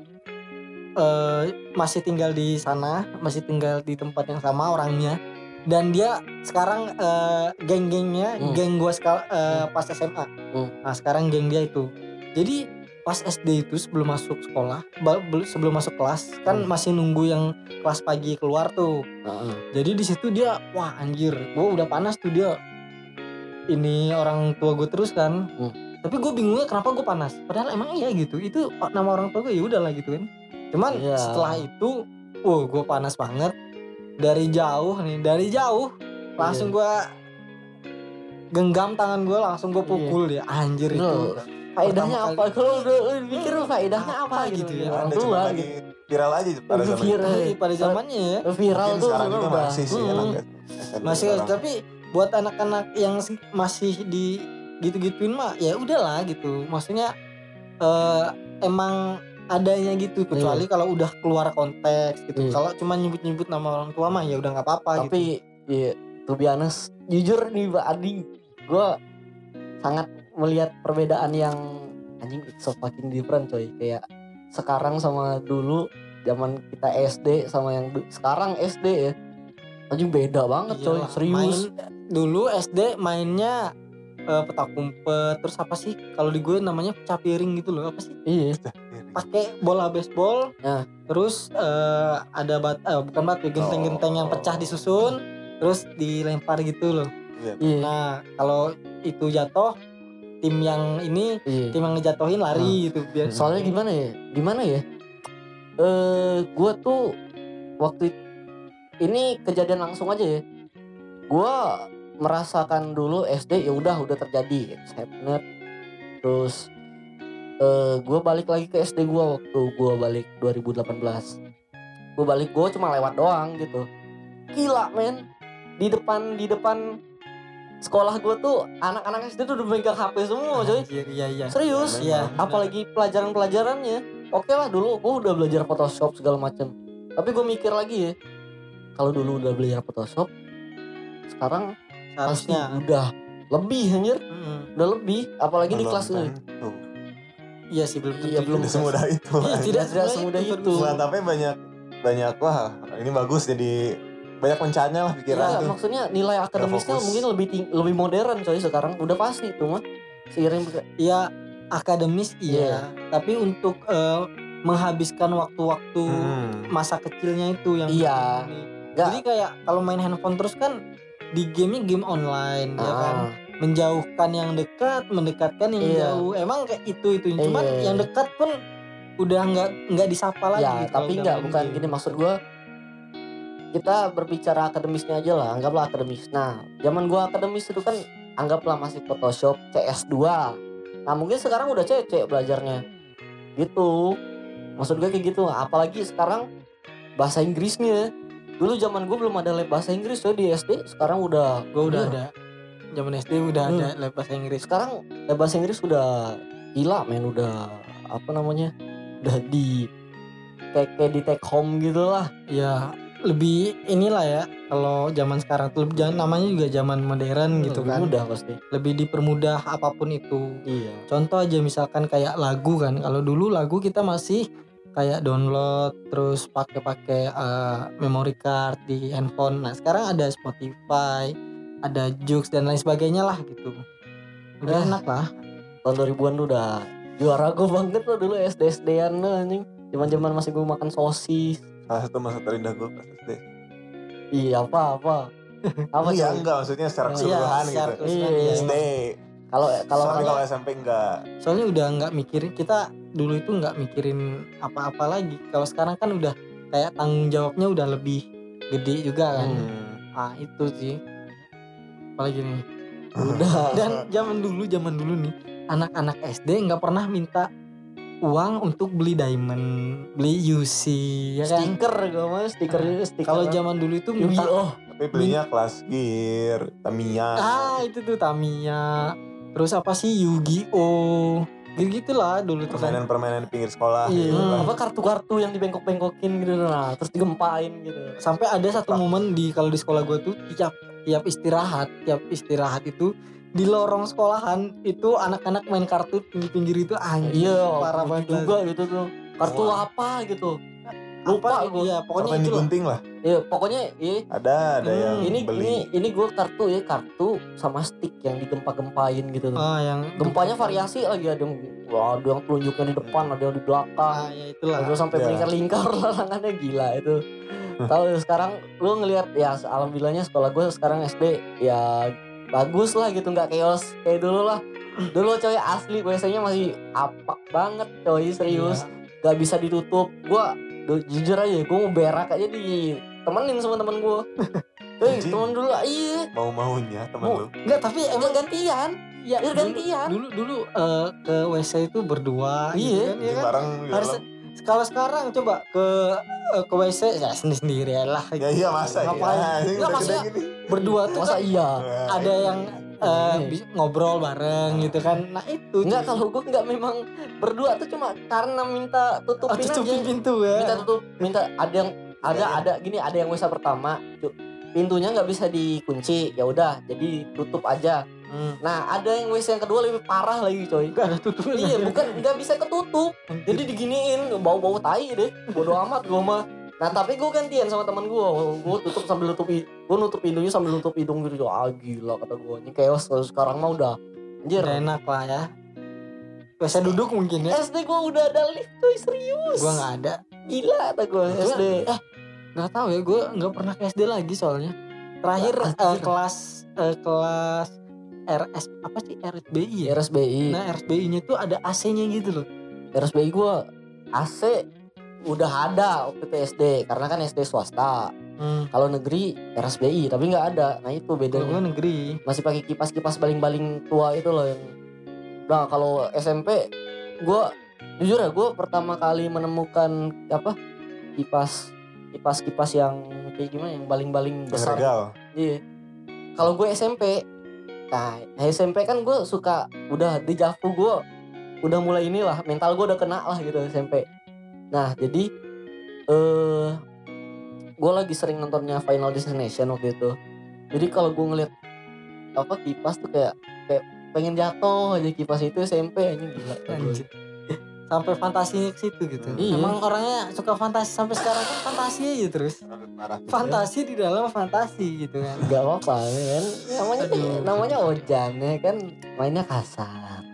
eh, masih tinggal di sana, masih tinggal di tempat yang sama orangnya, dan dia sekarang eh, geng-gengnya, Hmm. geng gue sekal eh, pas S M A. Hmm. Nah sekarang geng dia itu. Jadi pas S D itu sebelum masuk sekolah, ba- bel- sebelum masuk kelas kan Hmm. masih nunggu yang kelas pagi keluar tuh. Heeh. Jadi di situ dia wah anjir, gue udah panas tuh dia. Ini orang tua gue terus kan. Hmm. Tapi gue bingungnya kenapa gue panas. Padahal emang iya gitu. Itu nama orang tua gue ya udahlah gitu kan. Cuman Iya. setelah itu, wow gue panas banget. Dari jauh nih, dari jauh langsung gue genggam tangan gue, langsung gue pukul dia. Anjir itu. Loh, faedahnya pertama apa? kali- Kalau udah mikir faedahnya apa, Apa gitu, gitu ya ya? orang Ada tua cuma gitu. lagi viral aja pada zaman itu. Viral. Iya, pada zamannya ya. Viral Mungkin tuh sekarang juga udah. masih sih Hmm. anak S M P Masih sekarang. tapi buat anak-anak yang si- masih di gitu-gituin mah ya udahlah gitu. Maksudnya eh, emang adanya gitu, kecuali kalau udah keluar konteks gitu. Iya. Kalau cuma nyebut-nyebut nama orang tua mah ya udah nggak apa-apa gitu. Tapi ya, to be honest, jujur nih Mbak Adi, gue sangat melihat perbedaan yang anjing it's so fucking different coy. Kayak sekarang sama dulu zaman kita S D sama yang du- sekarang S D ya. Anjing beda banget coy, Iyalah, serius. main, dulu S D mainnya eh, petak umpet, terus apa sih kalau di gue namanya pecah piring gitu loh, apa sih? Iya. Pakai bola baseball, Nah. terus eh, ada bat, eh, bukan batu, genteng-genteng yang pecah disusun, terus dilempar gitu loh. Iya. Nah kalau itu jatuh, tim yang ini, Iya. tim yang ngejatuhin lari gitu biar. Soalnya gimana ya? Gimana ya? Eh, gue tuh waktu it- ini kejadian langsung aja ya. Gue merasakan dulu S D ya udah udah terjadi happener. Terus eh gue balik lagi ke S D gue waktu gue balik dua ribu delapan belas. Gue balik gue cuma lewat doang gitu. Gila men. Di depan di depan sekolah gue tuh anak-anak S D tuh udah megang H P semua coy. Anjir, iya iya. Serius? Iya. Apalagi pelajaran-pelajarannya. Oke lah dulu gue udah belajar Photoshop segala macam. Tapi gue mikir lagi ya. Kalau dulu udah belajar Photoshop, sekarang pasti Seharusnya. udah lebih anjir. Mm-mm. Udah lebih. Apalagi di Belum kelas ini. tentu. Iya sih belum tentu. Iya, belum juga. Tidak semudah itu. Iya, tidak Tidak semudah itu. Wah, tapi banyak banyak wah ini bagus jadi banyak mencanya lah pikiran Iya, tuh. maksudnya nilai akademisnya fokus. mungkin lebih ting- lebih modern coy sekarang. Udah pasti itu mah. Seiring berke- Iya akademis iya, tapi untuk eh, menghabiskan waktu-waktu Hmm. masa kecilnya itu yang Iya. ini. Nggak. Jadi kayak kalau main handphone terus kan di game game online ya kan, Ah, menjauhkan yang dekat, mendekatkan yang Iya. jauh. Emang kayak itu itu cuman Iya. yang dekat pun udah nggak nggak disapa lagi ya, gitu. tapi kalau enggak udah main bukan game. gini maksud gue. Kita berbicara akademisnya aja lah, anggaplah akademis. Nah, zaman gua akademis itu kan anggaplah masih Photoshop C S dua. Nah, mungkin sekarang udah C C belajarnya. Gitu. Maksud gue kayak gitu. Apalagi sekarang bahasa Inggrisnya. Dulu zaman gue belum ada lab bahasa Inggris ya di S D, sekarang udah Gue udah iya. ada zaman S D udah Hmm. ada lab bahasa Inggris. Sekarang lab bahasa Inggris udah gila men, udah apa namanya? Udah di kayak, kayak di take home gitu lah. Ya lebih inilah ya kalau zaman sekarang tuh jangan namanya juga zaman modern gitu kan. Udah pasti. Lebih dipermudah apapun itu. Iya. Contoh aja misalkan kayak lagu kan. Kalau dulu lagu kita masih kayak download terus pakai-pakai eh, memory card di handphone. Nah, sekarang ada Spotify, ada Joox dan lain sebagainya lah gitu. Lebih Eh. enak lah. Tahun dua ribuan tuh udah juara gue banget loh dulu S D S D-an loh anjing. Zaman-zaman masih gue makan sosis. Salah satu masa terindah gue pas S D. Iya apa apa. Apa Iya coy? enggak maksudnya secara Iya, keseluruhan secara gitu. keseluruhan, Iya. iya. S D. Kalau kalau Tapi kalau kalau S M P enggak. Soalnya udah nggak mikirin, kita dulu itu nggak mikirin apa-apa lagi. Kalau sekarang kan udah kayak tanggung jawabnya udah lebih gede juga kan. Hmm. Ah itu sih. Apalagi nih. udah Dan zaman dulu zaman dulu nih anak-anak S D nggak pernah minta uang untuk beli diamond, beli U C, ya kan? stiker gue mah stiker stiker. Kalau zaman dulu itu minta Yu-Gi-Oh. Tapi belinya kelas gear, Tamiya. ah itu tuh Tamiya, terus apa sih Yu-Gi-Oh, gitu lah dulu tuh kan. Permainan-permainan di pinggir sekolah Iya, gitu kan. apa kartu-kartu yang dibengkok-bengkokin gitu nah, terus digempain gitu. Sampai ada satu momen di kalau di sekolah gue tuh tiap tiap istirahat, tiap istirahat itu di lorong sekolahan itu anak-anak main kartu pinggir-pinggir itu anjir. Iya, parah lucu banget juga gitu tuh. Kartu Wah. apa gitu. lupa Apa, gue. iya, pokoknya Pokoknya itu lah. digunting lah. Iya, pokoknya iya. Ada ada Hmm, yang Ini beli. ini ini gue kartu ya, kartu sama stick yang digempa-gempain gitu tuh. Oh, yang Gempanya variasi lagi, ada yang wah, ada yang telunjuknya di depan, ada yang di belakang. Ah, ya itulah. Terus sampai Ya. melingkar-lingkar larangannya gila itu. Tahu sekarang lu ngelihat ya, alhamdulillahnya sekolah gue sekarang S D ya bagus lah gitu, nggak chaos kayak dulu lah. Dulu coy asli W C-nya masih apak banget coy, serius. Iya. Gak bisa ditutup. Gua du- jujur aja, gue mau berak aja di temenin sama temen gue. Hei Anjing. temen dulu, iya. Mau-maunya temen Mau- lu. Enggak, tapi Emang emang gantian. ya Biar dulu, gantian. dulu dulu eh, ke W C itu berdua Iya. gitu kan, iya Jadi kan? bareng di Harus dalam. kalau sekarang coba ke eh, ke W C ya sendiri sendiri lah. Ya iya masa Ngapain? iya. Ini Nggak, udah gede maksudnya gini. berdua tuh Masa kan iya? Nah, ada ini. yang eh, bisa ngobrol bareng gitu kan. Nah itu Enggak, cuy. kalau gue enggak, memang berdua tuh cuma karena minta Oh, tutupin tutupin aja. pintu ya. Minta tutup, minta ada yang ada Iya, iya. ada gini, ada yang W C pertama, cu- pintunya nggak bisa dikunci, ya udah, jadi tutup aja. Hmm. Nah, ada yang W C yang kedua lebih parah lagi, coy. Gak ada tutupnya. Iya, bukan nggak bisa ketutup. Jadi diginiin, bau-bau tai deh. Bodoh amat gue mah. Nah, tapi gue gantian sama teman gue. Gue tutup sambil nutup, gue nutup pintunya sambil nutup hidung gitu. Ah, gila kata gue. Ini chaos kalau sekarang mah udah. Anjir. Udah enak lah ya. W C duduk mungkin ya. S D gue udah ada lift, coy, serius. Gua nggak ada. Gila kata gue Gua- S D. Eh, nggak tahu ya. Gue nggak pernah ke S D lagi soalnya. Terakhir Ah, eh, anjir. kelas eh, kelas R S apa sih R S B I ya? R S B I. Nah R S B I-nya tuh ada A C-nya gitu loh. R S B I gue A C udah ada waktu itu S D, karena kan S D swasta. Hmm. Kalau negeri R S B I tapi nggak ada. Nah itu Kalau gue bedanya. negeri. Masih pakai kipas-kipas baling-baling tua itu loh yang. Nah kalau S M P gue jujur ya, gue pertama kali menemukan apa kipas kipas kipas yang kayak gimana, yang baling-baling besar. Regal. Iya. Kalau gue S M P, nah S M P kan gue suka udah dejavu, gue udah mulai inilah, mental gue udah kena lah gitu S M P. Nah jadi eh gue lagi sering nontonnya Final Destination waktu itu. Jadi kalau gue ngeliat apa kipas tuh kayak kayak pengen jatuh aja kipas itu S M P aja, gila. Anjir. Sampai fantasinya ke situ gitu. Iya. Emang orangnya suka fantasi sampai sekarang kan fantasi aja terus. Parah. Fantasi di dalam fantasi gitu kan. Gak apa-apa kan, namanya Aduh. namanya Ojan ya kan, mainnya kasar.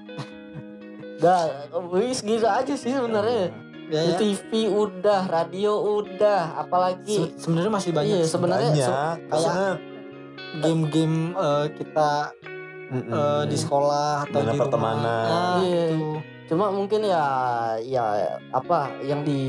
Gak, wis gitu aja sih sebenarnya. Ya, ya. T V udah, radio udah, apalagi Se- Sebenarnya masih banyak iya sih. sebenarnya se- Banyak banget. game-game eh, kita Mm-mm. eh, di sekolah atau Banyak di rumah. pertemanan. Nah, Iya. itu. cuma mungkin ya ya apa yang di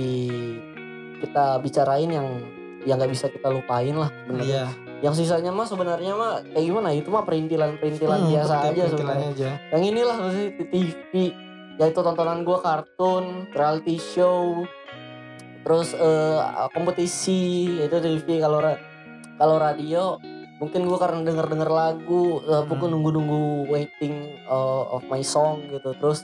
kita bicarain yang yang nggak bisa kita lupain lah sebenarnya. Iya. Yang sisanya mah sebenarnya mah kayak gimana? Itu mah perintilan-perintilan Hmm, biasa aja perintilan sebenarnya. aja. Yang inilah maksudnya T V, yaitu tontonan gue kartun, reality show, terus eh, kompetisi itu T V. Kalau ra- kalau radio mungkin gue karena denger denger lagu, eh, Hmm. pokoknya nunggu nunggu waiting eh, of my song gitu. Terus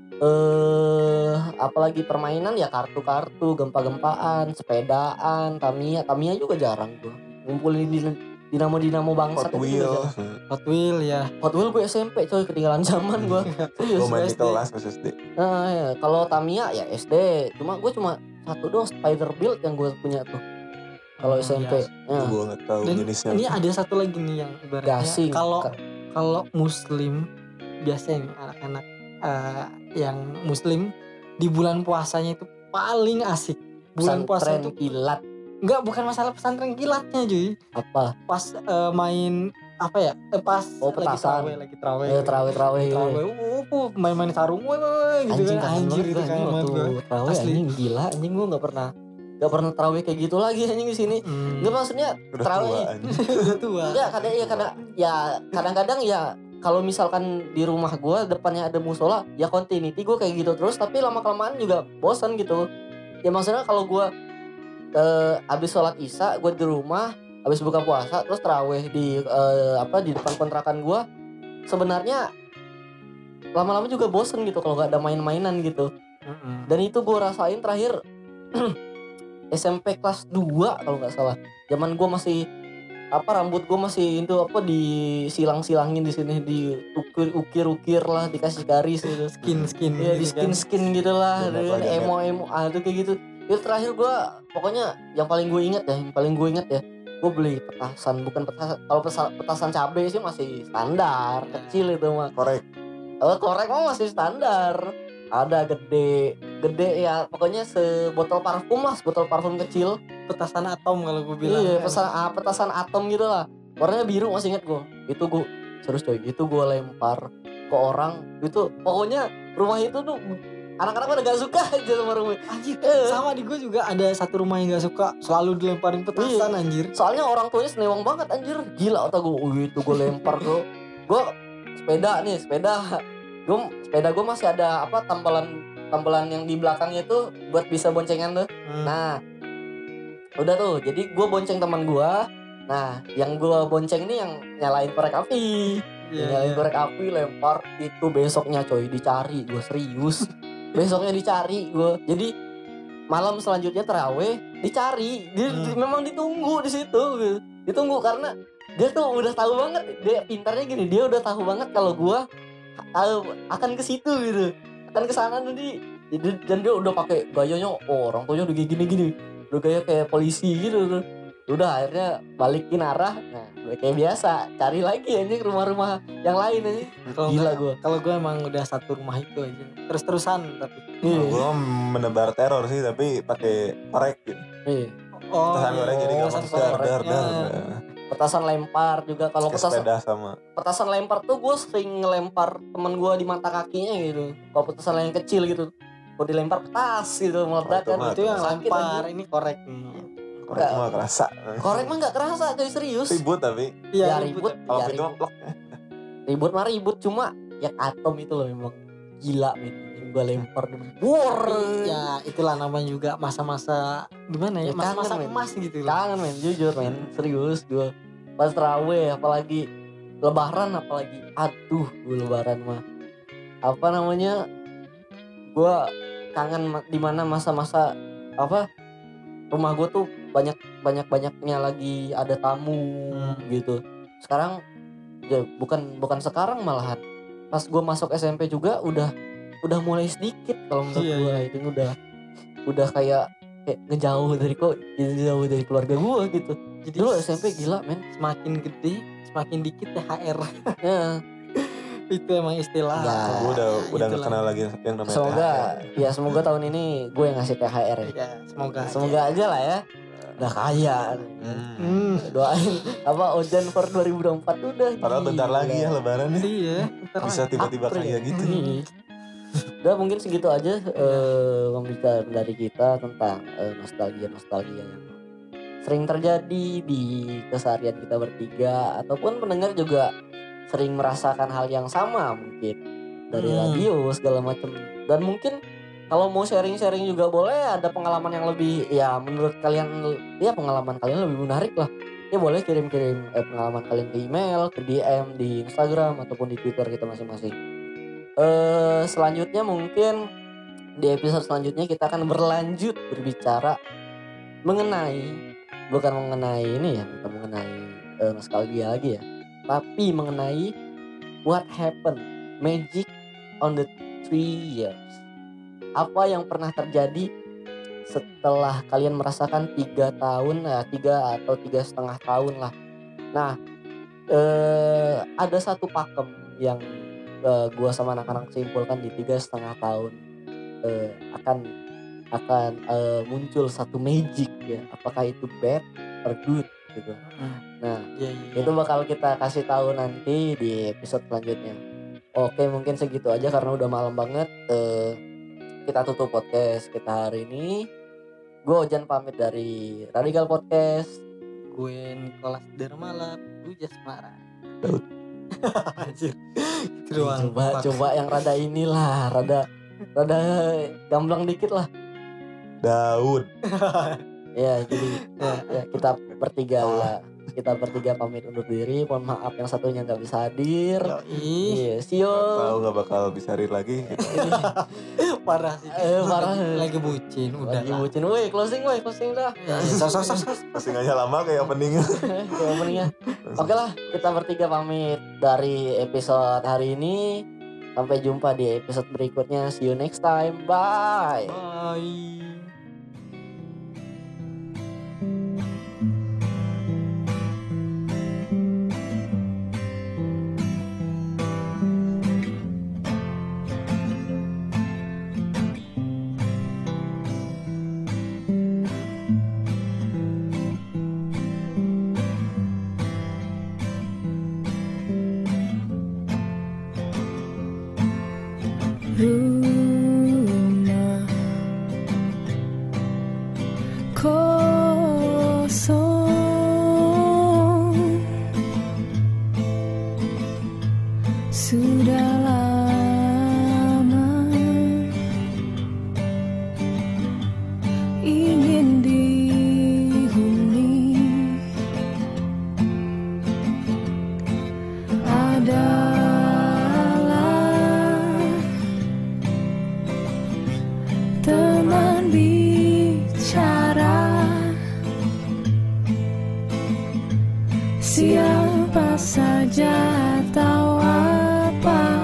eh apalagi permainan ya kartu-kartu, gempa-gempaan, sepedaan, Tamiya, Tamiya juga jarang gue ngumpulin di dinamo-dinamo bangsat Hot itu juga Wheel. jarang. Hot Wheel ya. Hot Wheel gue S M P coy, ketinggalan zaman gue. Serius Gue main di S D. kelas pas S D. Nah, ya. Kalau Tamiya ya S D. Cuma gue cuma satu doang Spider Build yang gue punya tuh. Kalau Oh, S M P. iya. Ya. Gue gak tahu Dan jenisnya. ini ada satu lagi nih yang ibaratnya Gasing. kalau Ka- kalau muslim biasanya nih anak-anak eh, yang muslim di bulan puasanya itu paling asik. Bulan puasa Pesantren itu kilat enggak, bukan masalah pesantren kilatnya cuy. apa? Pas eh, main apa ya? Eh, pas Oh, lagi petasan. traweh, lagi traweh. Eh, terawih-terawih. Traweh, uh, uh, main-main sarung, wah, wah, wah, gitu Anjing kan. kangen Anjir banget itu gue kangen anjing banget waktu gue. terawih, Asli. anjing gila anjing gue nggak pernah nggak pernah terawih kayak gitu lagi anjing di sini. Hmm. Nggak, maksudnya Udah terawih. tua anjing. Udah tua. Ya kadang ya kadang ya kadang-kadang ya kalau misalkan di rumah gue depannya ada musola ya continuity gue kayak gitu terus, tapi lama kelamaan juga bosan gitu. Ya maksudnya kalau gue eh, abis sholat isya gue di rumah, abis buka puasa terus terawih di eh, apa di depan kontrakan gue, sebenarnya lama-lama juga bosan gitu kalau nggak ada main-mainan gitu. Mm-mm. Dan itu gue rasain terakhir S M P kelas dua kalau nggak salah. Zaman gue masih apa rambut gue masih itu apa disilang-silangin di sini, diukir-ukir lah, dikasih garis gitu. Skin skin. Iya, di gitu kan. skin-skin gitu lah, Banyak dengan lah, banyak. emo-emo ah itu kayak gitu. Itu terakhir gue pokoknya yang paling gue inget ya, yang paling gue inget ya, gue beli petasan, bukan petasan, kalau petasan, petasan cabai sih masih standar, kecil itu mah. Korek. Oh, korek mah masih standar. Ada gede, gede ya, pokoknya sebotol parfum lah, botol parfum kecil. Petasan atom kalau gue bilang. Iya, kan. petasan, ah, petasan atom gitu lah. Warnanya biru masih inget gue. Itu gue serius coy, itu gue lempar ke orang. Itu pokoknya rumah itu tuh anak-anak pada gak suka aja sama rumah. Anjir, Eh. sama di gue juga ada satu rumah yang gak suka, selalu dilemparin petasan Iya. anjir. Soalnya orang tuanya senewang banget anjir. Gila otak gue. Wih, itu gue lempar gue. Gue sepeda nih, sepeda. Gue sepeda gue masih ada apa tambalan tambalan yang di belakangnya itu buat bisa boncengan tuh. Hmm. Nah, udah tuh. Jadi gue bonceng teman gue. Nah, yang gue bonceng ini yang nyalain korek api. Iya, Nyalain iya. korek api, lempar. Itu besoknya coy dicari. Gue serius. Besoknya dicari gue. Jadi malam selanjutnya terawih dicari. Dia Hmm. memang ditunggu di situ. Gitu. Ditunggu karena dia tuh udah tahu banget. Dia pintarnya gini. Dia udah tahu banget kalau gue tahu akan ke situ gitu. Akan ke sana nanti. Jadi dan dia udah pakai gayanya. Oh, orang tuanya udah kayak gini-gini. Udah gaya kayak polisi gitu tuh. Udah akhirnya balikin arah. Nah, kayak biasa cari lagi anjing rumah-rumah yang lain anjing. Kalau Gila nggak- gue. Kalau gue emang udah satu rumah itu aja. Terus-terusan tapi. Iya. Gue menebar teror sih tapi pakai korek gitu. Iya. Oh, Petasan iya. goreng jadi Petasan gampang dar korek. dar dar. Ya. Petasan lempar juga kalau Pakai petasan sepeda sama. petasan lempar tuh gue sering ngelempar temen gue di mata kakinya gitu. Kalau petasan yang kecil gitu, kalau dilempar petas gitu meledak Oh, itu kan. mah Itu yang sakit lempar, anjing. ini korek nih. Korek Enggak. mah kerasa. Korek mah nggak kerasa coy, serius. Ribut tapi. Ya, Iya, ribut. Kalau Ya, itu mah ribut. plok. Ribut mah ribut cuma yang atom itu loh memang gila men. Yang gue lempar bor. Ya itulah namanya juga masa-masa gimana ya, Ya, masa-masa kangen, men. emas gitu loh. Kangen men, jujur men, serius gue. Pas terawih apalagi lebaran apalagi. Aduh, gue lebaran mah. Apa namanya? Gue kangen ma- di mana masa-masa apa? Rumah gue tuh banyak banyak banyaknya lagi ada tamu Hmm. gitu. Sekarang ya bukan bukan sekarang malahan. Pas gue masuk S M P juga udah udah mulai sedikit kalau menurut Iya, gue iya. itu udah udah kayak kayak ngejauh dari kok ngejauh dari keluarga gue gitu. Jadi Dulu S M P gila men. semakin gede, semakin dikit T H R. Ya, Itu emang istilah. Ya. Gue udah udah nggak itulah. kenal lagi yang namanya semoga T H R. ya semoga tahun ini gue yang ngasih T H R ya. Ya, semoga. aja. Semoga aja lah ya. Udah kaya. Hmm. Hmm. Doain apa Ojan for dua ribu dua puluh empat udah. Padahal bentar gila. lagi ya lebaran nih. Iya, bentar Bisa lagi. tiba-tiba April. kayak gitu. Iya. Udah mungkin segitu aja eh, pembicaraan dari kita tentang eh, nostalgia-nostalgia yang sering terjadi di keseharian kita bertiga ataupun pendengar juga sering merasakan hal yang sama mungkin dari Hmm. radio segala macam. Dan mungkin kalau mau sharing-sharing juga boleh, ada pengalaman yang lebih ya menurut kalian ya pengalaman kalian lebih menarik lah. Ya boleh kirim-kirim eh, pengalaman kalian ke email, ke D M di Instagram ataupun di Twitter kita masing-masing. Eh selanjutnya mungkin di episode selanjutnya kita akan berlanjut berbicara mengenai bukan mengenai ini ya, bukan mengenai eh, nostalgia lagi ya, tapi mengenai what happened magic on the three years. Apa yang pernah terjadi setelah kalian merasakan tiga tahun, ya tiga atau tiga setengah tahun lah. Nah, eh, ada satu pakem yang eh, gua sama anak-anak simpulkan di tiga setengah tahun eh, akan akan eh, muncul satu magic ya. Apakah itu bad or good gitu. Nah, Iya, iya. itu bakal kita kasih tahu nanti di episode selanjutnya. Oke, mungkin segitu aja karena udah malam banget. Eh, kita tutup podcast kita hari ini. Gue Ojan pamit dari Radikal Podcast. Gue Nicholas Dermala, Ujas Mara. Daud. Anjir. Itu doang. Coba Fuck. coba yang rada inilah, rada rada gamblang dikit lah. Daud. Ya, jadi Ya. ya, kita bertiga kita bertiga pamit undur diri. Mohon maaf yang satunya nggak bisa hadir. Yoi. Iya, see you. Tahu nggak bakal bisa hadir lagi. Gitu. Parah sih. Eh, parah. Lagi, lagi bucin, udah Lagi lah. bucin, woi closing, woi closing dah. Ya, ya, sos, sos, sos, sos. Postingannya lama kayak openingnya. Ya, openingnya. Oke lah, kita bertiga pamit dari episode hari ini. Sampai jumpa di episode berikutnya. See you next time. Bye. Bye. kosong. Sudah lama ingin dihuni, adalah teman bicara. Siapa saja tahu apa,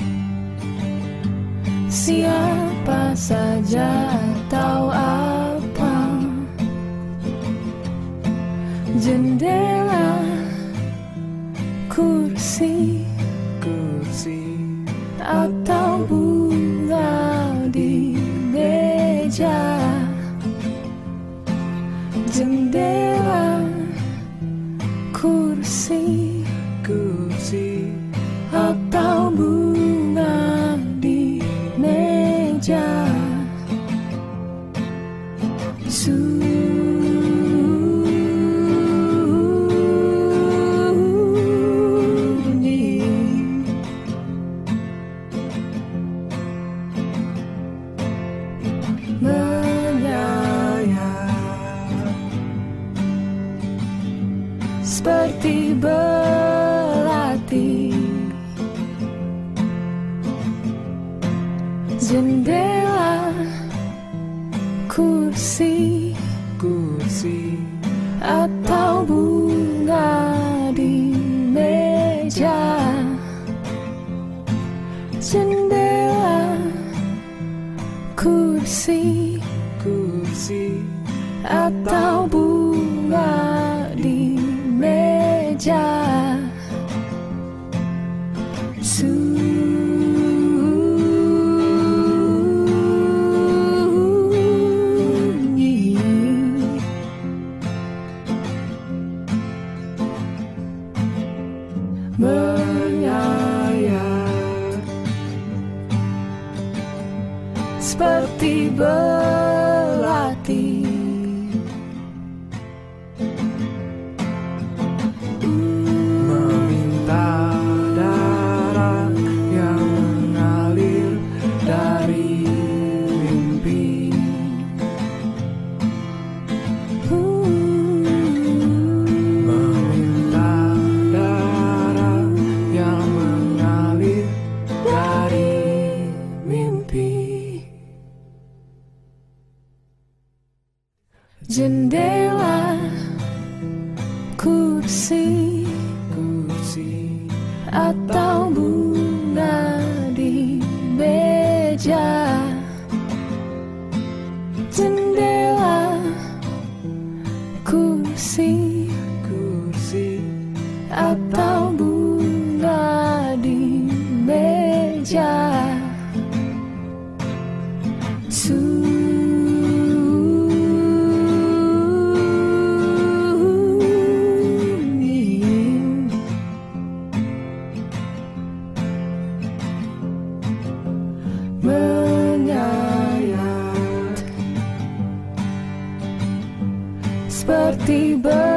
siapa saja tahu apa. Jendela, kursi, kursi, atau bunga di meja. Jendela, kursi, kursi, atau bunga di meja. Sunyi, menyayat seperti belati. Jendela, kursi, kursi, atau bunga di meja. Jendela, kursi, kursi, atau bunga di meja. Sunyi, menyayat seperti belati. Meminta darah yang mengalir dari mimpi. Meminta darah yang mengalir dari mimpi. Jendela, kursi, kursi, atau bunga di meja. Jendela, kursi, kursi, atau bunga di meja. Sunyi, menyayat seperti belati.